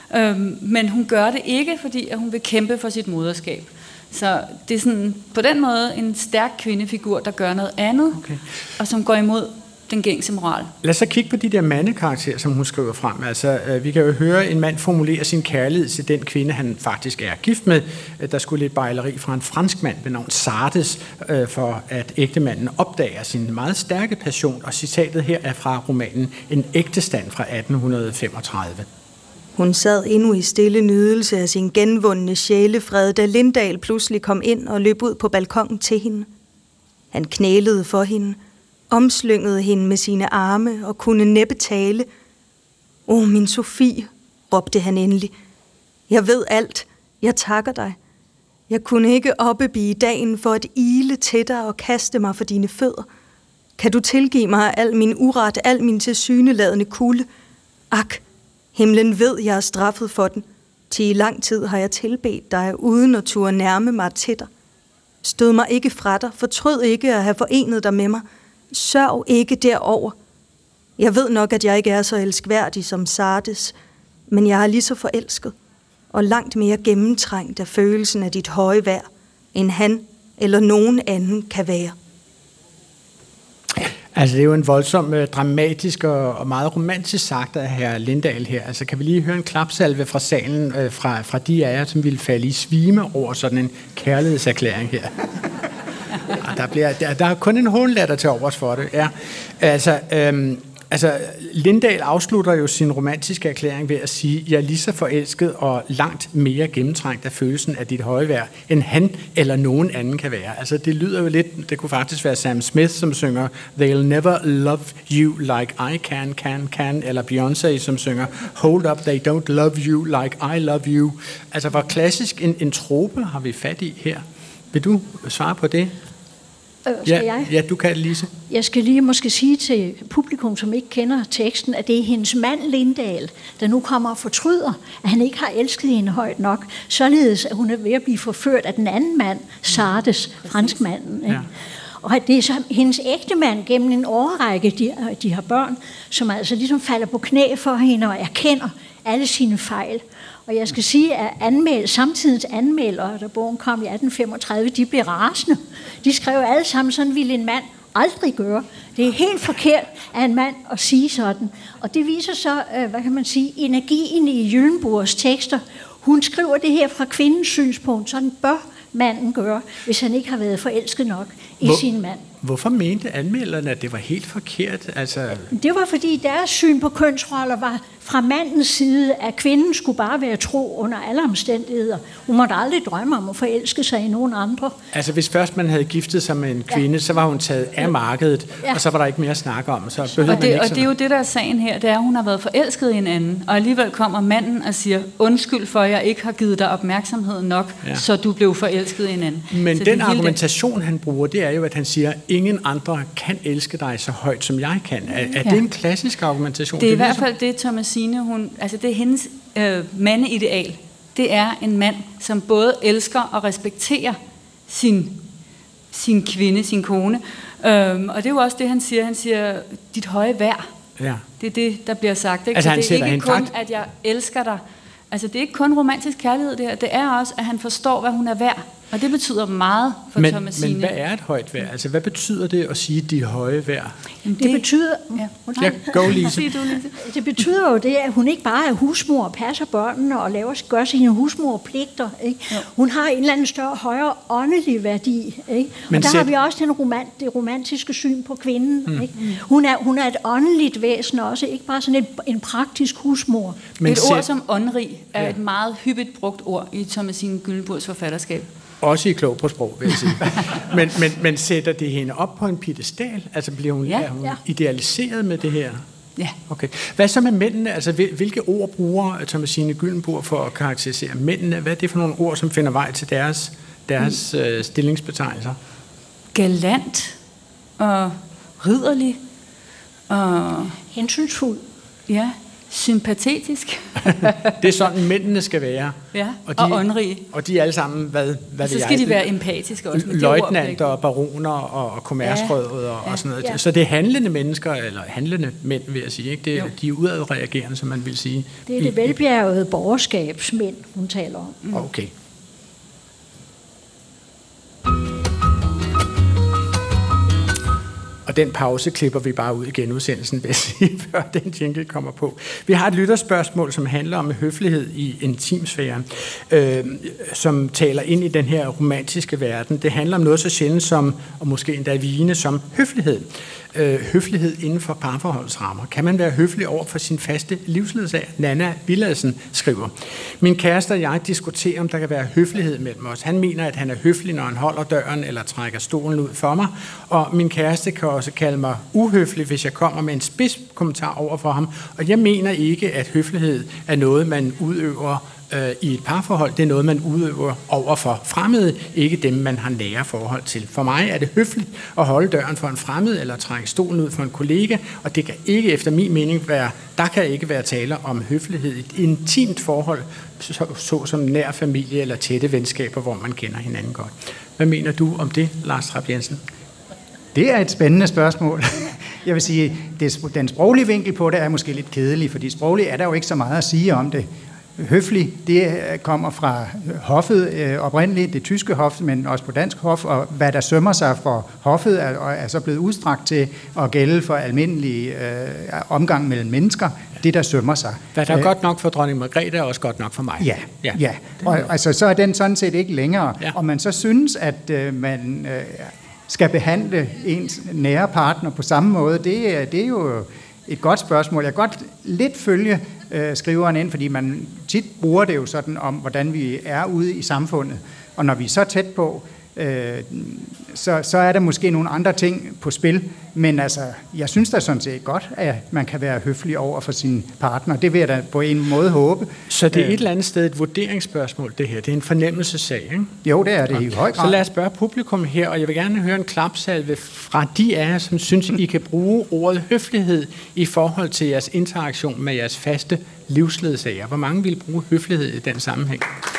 Men hun gør det ikke, fordi at hun vil kæmpe for sit moderskab. Så det er sådan, på den måde en stærk kvindefigur, der gør noget andet, og som går imod den gængse moral. Lad os så kigge på de der mandekarakterer, som hun skriver frem. Altså, vi kan jo høre en mand formulere sin kærlighed til den kvinde, han faktisk er gift med. Der skulle lidt bejleri fra en fransk mand ved navn Sardes, for at ægtemanden opdager sin meget stærke passion. Og citatet her er fra romanen En ægtestand fra 1835. Hun sad endnu i stille nydelse af sin genvundne sjælefred, da Lindahl pludselig kom ind og løb ud på balkongen til hende. Han knælede for hende, omslyngede hende med sine arme og kunne næppe tale. Åh, min Sofie, råbte han endelig. Jeg ved alt. Jeg takker dig. Jeg kunne ikke oppebige dagen for at ile til dig og kaste mig for dine fødder. Kan du tilgive mig al min uret, al min tilsyneladende kulde? Ak, himlen ved, jeg er straffet for den. Til i lang tid har jeg tilbedt dig, uden at turde nærme mig til dig. Stød mig ikke fra dig, fortrød ikke at have forenet dig med mig. Sørg ikke derover. Jeg ved nok, at jeg ikke er så elskværdig som Sardes, men jeg er lige så forelsket, og langt mere gennemtrængt af følelsen af dit høje værd, end han eller nogen anden kan være. Altså, det er jo en voldsom, dramatisk og meget romantisk sagt af hr. Lindahl her. Altså, kan vi lige høre en klapsalve fra salen, fra de af jer, som ville falde i svime over sådan en kærlighedserklæring her? Der er kun en hånlatter til overs for det. Ja. Altså, Altså, Lindahl afslutter jo sin romantiske erklæring ved at sige, jeg er lige så forelsket og langt mere gennemtrængt af følelsen af dit høje værd, end han eller nogen anden kan være. Altså, det lyder jo lidt, det kunne faktisk være Sam Smith, som synger They'll never love you like I can, eller Beyoncé, som synger Hold up, they don't love you like I love you. Altså, hvor klassisk en trope har vi fat i her. Vil du svare på det? Skal jeg? Ja, du kan, Lise. Jeg skal lige måske sige til publikum, som ikke kender teksten, at det er hendes mand Lindahl, der nu kommer og fortryder, at han ikke har elsket hende højt nok, således at hun er ved at blive forført af den anden mand, Sardes, franskmanden. Ikke? Ja. Og det er så hendes ægte mand gennem en årrække, de har børn, som altså ligesom falder på knæ for hende og erkender alle sine fejl. Og jeg skal sige, at samtidens anmeldere, da bogen kom i 1835, de blev rasende. De skrev alle sammen, sådan ville en mand aldrig gøre. Det er helt forkert af en mand at sige sådan. Og det viser så, hvad kan man sige, energien i Gyllenboers tekster. Hun skriver det her fra kvindens synspunkt, sådan bør manden gøre, hvis han ikke har været forelsket nok i sin mand. Hvorfor mente anmelderne, at det var helt forkert? Altså... Det var, fordi deres syn på kønsroller var fra mandens side, at kvinden skulle bare være tro under alle omstændigheder. Hun måtte aldrig drømme om at forelske sig i nogen andre. Altså, hvis først man havde giftet sig med en kvinde, så var hun taget af markedet, og så var der ikke mere at snakke om. Så og det er jo det, der er sagen her, det er, at hun har været forelsket i en anden, og alligevel kommer manden og siger, undskyld for, at jeg ikke har givet dig opmærksomhed nok, så du blev forelsket i en anden. Men så den argumentation, han bruger, det er jo, at han siger, ingen andre kan elske dig så højt, som jeg kan. Er det en klassisk argumentation? Det er i hvert fald det, Thomasine, det er hendes mandeideal. Det er en mand, som både elsker og respekterer sin kvinde, sin kone. Og det er jo også det, han siger. Han siger, dit høje værd. Ja. Det er det, der bliver sagt. Ikke? Altså, det er ikke kun, at jeg elsker dig. Altså, det er ikke kun romantisk kærlighed, det her. Det er også, at han forstår, hvad hun er værd. Og det betyder meget for Thomasine. Men hvad er et højt værd? Altså, hvad betyder det at sige dit høje værd? Det betyder... Ja, go, Lise. Det betyder jo det, at hun ikke bare er husmor og passer børnene og gør sine husmorpligter. Ikke? Hun har en eller anden større, højere åndelig værdi. Ikke? Og der har vi også det romantiske syn på kvinden. Ikke? Hun er et åndeligt væsen også, ikke bare sådan en praktisk husmor. Et ord som åndrig er et meget hyppigt brugt ord i Thomasine Gyllenboers forfatterskab. Også i klog på sprog, vil jeg sige. men sætter det hende op på en piedestal? Altså bliver hun, er hun idealiseret med det her? Ja. Okay. Hvad så med mændene? Altså hvilke ord bruger Thomasine Gyllenboer for at karakterisere mændene? Hvad er det for nogle ord, som finder vej til deres stillingsbetegnelser? Galant og ridderlig og hensynsfuld. Ja. Sympatetisk. Det er sådan, mændene skal være. Ja, og åndrige. Og de er alle sammen, hvad så skal de være empatiske også. Løjtnanter og baroner og kommersrødet og sådan noget. Ja. Så det er handlende mennesker, eller handlende mænd, vil jeg sige. Ikke? De er udadreagerende, som man vil sige. Det er det velbjergede borgerskabsmænd, hun taler om. Okay. Og den pause klipper vi bare ud igen udsendelsen, vil jeg sige, før den jingle kommer på. Vi har et lytterspørgsmål, som handler om høflighed i intimsfæren, som taler ind i den her romantiske verden. Det handler om noget så sjældent som, og måske endda vigende som høflighed. Høflighed inden for parforholdsrammer. Kan man være høflig over for sin faste livsledsager? Nanna Villadsen skriver, min kæreste og jeg diskuterer, om der kan være høflighed mellem os. Han mener, at han er høflig, når han holder døren eller trækker stolen ud for mig, og min kæreste kan også kalde mig uhøflig, hvis jeg kommer med en spids kommentar over for ham. Og jeg mener ikke, at høflighed er noget, man udøver i et parforhold. Det er noget, man udøver over for fremmede, ikke dem, man har nære forhold til. For mig er det høfligt at holde døren for en fremmed eller trække stolen ud for en kollega, og det kan ikke efter min mening være tale om høflighed i et intimt forhold, såsom nær familie eller tætte venskaber, hvor man kender hinanden godt. Hvad mener du om det, Lars Trapp Jensen? Det er et spændende spørgsmål. Jeg vil sige, den sproglige vinkel på det er måske lidt kedelig, fordi sprogligt er der jo ikke så meget at sige om det. Høflig, det kommer fra hoffet oprindeligt, det tyske hof, men også på dansk hof, og hvad der sømmer sig for hoffet, er så blevet udstrakt til at gælde for almindelig omgang mellem mennesker, det der sømmer sig. Hvad der er godt nok for dronning Margrethe, er også godt nok for mig. Ja. Og altså, så er den sådan set ikke længere. Ja. Og man så synes, at man skal behandle ens nære partner på samme måde, det er jo et godt spørgsmål. Jeg kan godt lidt følge skriveren ind, fordi man tit bruger det jo sådan om, hvordan vi er ude i samfundet. Og når vi er så tæt på, så er der måske nogle andre ting på spil. Men altså, jeg synes da sådan set godt, at man kan være høflig over for sin partner. Det vil jeg da på en måde håbe. Så det er et eller andet sted et vurderingsspørgsmål, det her. Det er en fornemmelsessag, ikke? Jo, det er det i høj grad. Så lad os spørge publikum her, og jeg vil gerne høre en klapsalve fra de af jer, som synes, I kan bruge ordet høflighed i forhold til jeres interaktion med jeres faste livsledsager. Hvor mange vil bruge høflighed i den sammenhæng?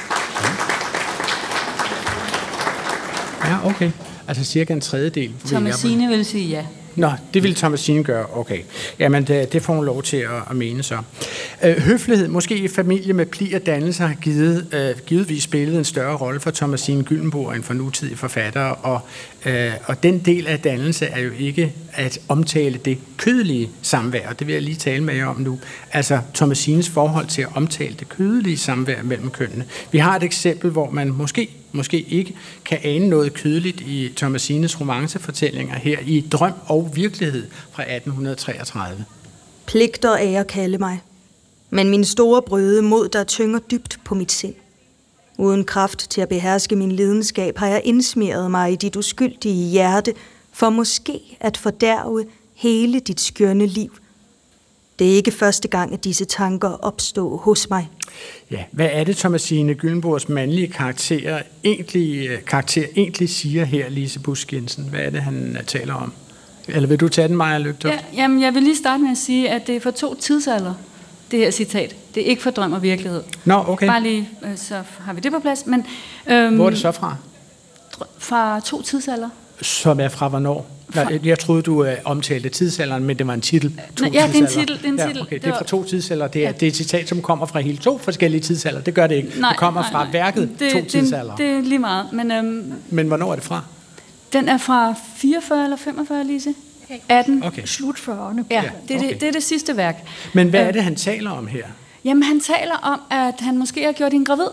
Ja, okay. Altså cirka en tredjedel. Thomasine vil sige ja. Nå, det ville Thomasine gøre. Okay. Jamen, det får hun lov til at mene så. Høflighed, måske i familie med pli og dannelse, har givetvis spillet en større rolle for Thomasine Gyllenboer end for nutidige forfattere, og den del af dannelse er jo ikke at omtale det kødelige samvær, og det vil jeg lige tale med jer om nu. Altså Thomasines forhold til at omtale det kødelige samvær mellem kønnene. Vi har et eksempel, hvor man måske ikke kan ane noget kødeligt i Thomasines romancefortællinger her i Drøm og Virkelighed fra 1833. Pligt og ære kalde mig, men min store brøde mod der tynger dybt på mit sind. Uden kraft til at beherske min lidenskab har jeg indsmeret mig i dit uskyldige hjerte, for måske at fordærve hele dit skønne liv. Det er ikke første gang, at disse tanker opstår hos mig. Ja, hvad er det, Thomasine Gyllenboers mandlige karakter egentlig siger her, Lise Busk Jensen? Hvad er det, han taler om? Eller vil du tage den, Maja Lygtoft? Ja, jamen, jeg vil lige starte med at sige, at det er for 2 tidsalder, det her citat. Det er ikke for Drøm og Virkelighed. Nå, okay. Bare lige, så har vi det på plads. Men, hvor er det så fra? Fra 2 tidsalder. Som er fra hvornår? Jeg troede, du omtalte tidsalderen, men det var en titel. Ja, det er en titel. Ja, okay. Det er fra 2 tidsalder. Det er et citat, som kommer fra hele 2 forskellige tidsalder. Det gør det ikke. Det kommer fra værket 2 tidsalder. Det er lige meget. Men hvornår er det fra? Den er fra 44 eller 45, Lise? 18. Okay. Slut 40'erne. Ja, det er det sidste værk. Men hvad er det, han taler om her? Jamen, han taler om, at han måske har gjort hende gravid.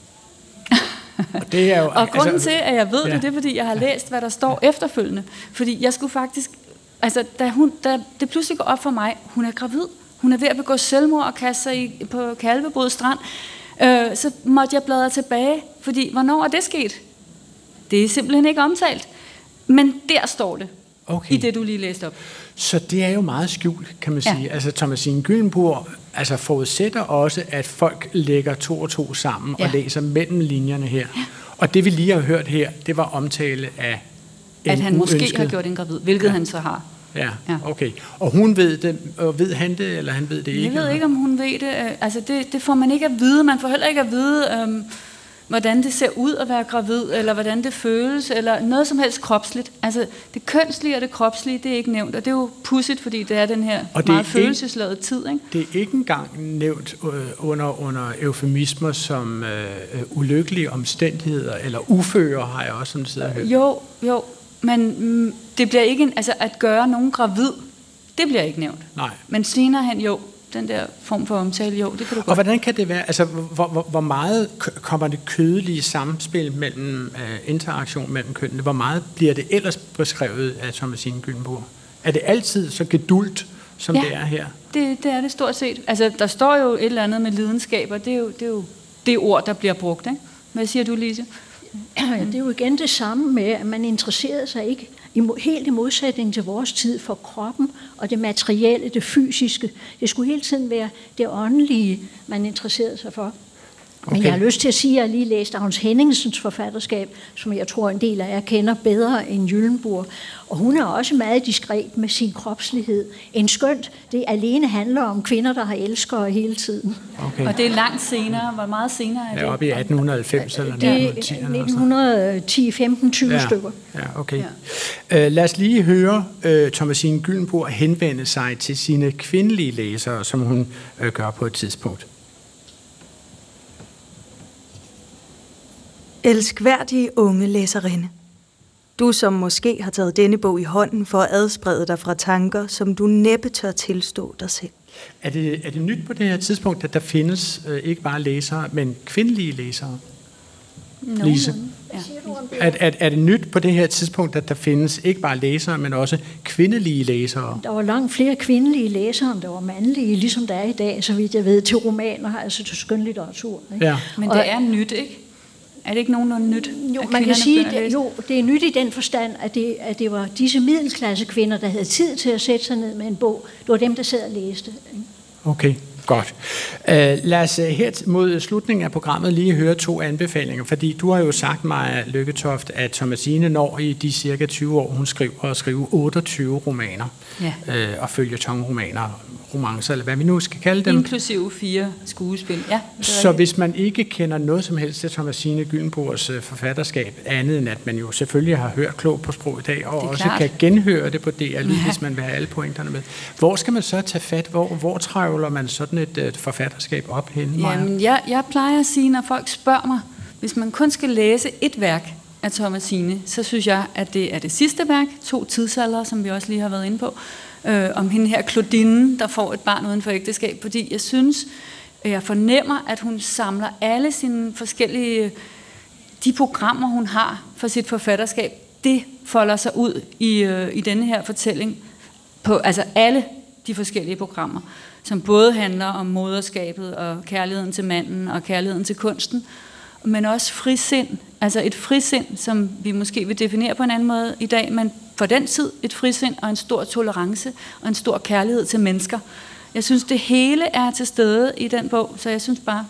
Og, det er jo, og grunden til, at jeg ved det, det er, fordi jeg har læst, hvad der står efterfølgende. Fordi jeg skulle faktisk... Altså, da det pludselig går op for mig, hun er gravid. Hun er ved at begå selvmord og kaste sig på Kalvebod Strand. Så måtte jeg bladre tilbage, fordi hvornår er det sket? Det er simpelthen ikke omtalt. Men der står det, i det, du lige læste op. Så det er jo meget skjult, kan man sige. Altså, Thomasine Gyllenboer forudsætter også, at folk lægger 2 og 2 sammen og læser mellem linjerne her. Ja. Og det, vi lige har hørt her, det var omtale af at han måske har gjort en gravid, hvilket han så har. Ja, okay. Og hun ved det, og ved han det, eller han ved det ikke? Jeg ved ikke, om hun ved det. Altså, det får man ikke at vide. Man får heller ikke at vide... hvordan det ser ud at være gravid, eller hvordan det føles, eller noget som helst kropsligt. Altså, det kønslige og det kropslige, det er ikke nævnt, og det er jo pudsigt, fordi det er den her meget følelsesladede tid, ikke? Det er ikke engang nævnt under eufemismer som ulykkelige omstændigheder, eller uføre, har jeg også sådan siddet og hørt. Jo, men det bliver ikke, altså at gøre nogen gravid, det bliver ikke nævnt. Nej. Men senere hen, den der form for omtale, det kan du godt. Og hvordan kan det være, altså hvor meget kommer det kødelige samspil mellem interaktion mellem kønnene, hvor meget bliver det ellers beskrevet af Thomasine Gyllenboer? Er det altid så gedulgt, som det er her? Det er det stort set. Altså, der står jo et eller andet med lidenskab, og det er jo det ord, der bliver brugt, ikke? Hvad siger du, Lise? Ja, det er jo igen det samme med, at man interesserede sig ikke helt i modsætning til vores tid for kroppen og det materielle, det fysiske. Det skulle hele tiden være det åndelige, man interesserede sig for. Okay. Men jeg har lyst til at sige, at jeg lige læste Agnes Henningsens forfatterskab, som jeg tror en del af jer kender bedre end Gyllenboer. Og hun er også meget diskret med sin kropslighed. En skønt, det alene handler om kvinder, der har elskere hele tiden. Okay. Og det er langt senere. Hvor meget senere er det? Ja, oppe i 1890 eller 1910. 1910-15-20 stykker. Ja, okay. Ja. Lad os lige høre Thomasine Gyllenboer henvende sig til sine kvindelige læsere, som hun gør på et tidspunkt. Elskværdige unge læserinde. Du, som måske har taget denne bog i hånden for at adsprede dig fra tanker, som du næppe tør tilstå dig selv. Er det nyt på det her tidspunkt, at der findes ikke bare læsere, men kvindelige læsere? Lise? Ja. Er det nyt på det her tidspunkt, at der findes ikke bare læsere, men også kvindelige læsere? Der var langt flere kvindelige læsere, end der var mandlige, ligesom der er i dag, så vidt jeg ved, til romaner, altså til skønlitteratur. Ikke? Ja. Men det er nyt, ikke? Er det ikke nogenlunde nyt? Jo, man kan sige, det er nyt i den forstand, at det var disse middelklasse kvinder, der havde tid til at sætte sig ned med en bog. Det var dem, der sad og læste. Okay, godt. Lad os her mod slutningen af programmet lige høre 2 anbefalinger, fordi du har jo sagt mig, Lykketoft, at Thomasine når i de cirka 20 år, hun skriver 28 romaner, og føljetonromaner, romancer, eller hvad vi nu skal kalde dem. Inklusive 4 skuespil, ja. Så hvis man ikke kender noget som helst til Thomasine Gyllenboers forfatterskab, andet end at man jo selvfølgelig har hørt Klog på Sprog i dag, og også kan genhøre det på DR Lyd, hvis man vil have alle pointerne med. Hvor skal man så tage fat? Hvor trævler man sådan et forfatterskab op henne, Maja? Jamen, jeg plejer at sige, når folk spørger mig, hvis man kun skal læse et værk af Thomasine, så synes jeg, at det er det sidste værk, 2 tidsaldre, som vi også lige har været inde på, om hende her Claudine, der får et barn uden for ægteskab, fordi jeg fornemmer, at hun samler alle sine forskellige, de programmer, hun har for sit forfatterskab, det folder sig ud i denne her fortælling på altså alle de forskellige programmer, som både handler om moderskabet og kærligheden til manden og kærligheden til kunsten, men også frisind, altså et frisind, som vi måske vil definere på en anden måde i dag, men for den tid et frisind og en stor tolerance og en stor kærlighed til mennesker. Jeg synes, det hele er til stede i den bog, så jeg synes bare...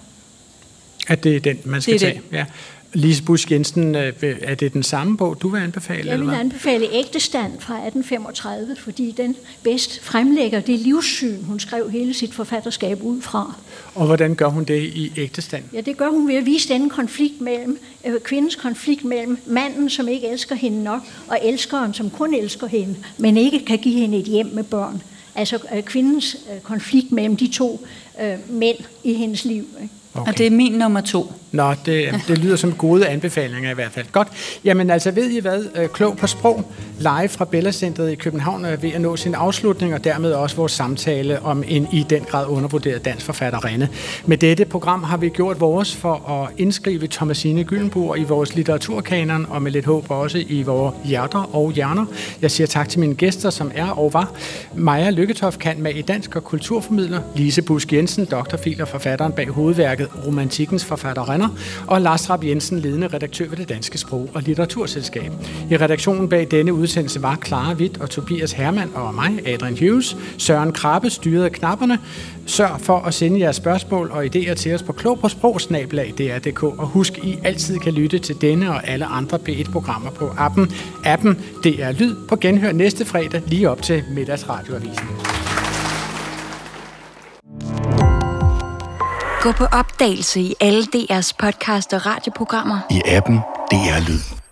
At det er den, man skal tage. Ja. Lise Busk Jensen, er det den samme bog, du vil anbefale? Jeg vil anbefale Ægtestand fra 1835, fordi den bedst fremlægger det livssyn, hun skrev hele sit forfatterskab ud fra. Og hvordan gør hun det i Ægtestand? Ja, det gør hun ved at vise denne konflikt mellem, kvindens konflikt mellem manden, som ikke elsker hende nok, og elskeren, som kun elsker hende, men ikke kan give hende et hjem med børn. Altså kvindens konflikt mellem de 2 mænd i hendes liv. Ikke? Okay. Og det er min nummer 2. Nå, det lyder som gode anbefalinger i hvert fald. Godt. Jamen altså, ved I hvad? Klog på Sprog, live fra Bella Centret i København, er ved at nå sin afslutning, og dermed også vores samtale om en i den grad undervurderet dansk forfatterinde. Med dette program har vi gjort vores for at indskrive Thomasine Gyllenboer i vores litteraturkanon, og med lidt håb også i vores hjerter og hjerner. Jeg siger tak til mine gæster, som er og var Maja Lykketoft, cand.mag i dansk og kulturformidler, Lise Busk Jensen, doktorfil og forfatteren bag hovedværket Romantikkens forfatterinder, og Lars Rapp Jensen, ledende redaktør ved Det Danske Sprog- og Litteraturselskab. I redaktionen bag denne udsendelse var Clara Witt og Tobias Hermann og mig, Adrian Hughes. Søren Krabbe styrede knapperne. Sørg for at sende jeres spørgsmål og idéer til os på klogpåsprog@dr.dk, og husk, I altid kan lytte til denne og alle andre P1-programmer på appen DR Lyd på genhør næste fredag lige op til Middagsradioavisen. Gå på opdagelse i alle DR's podcast og radioprogrammer. I appen DR Lyd.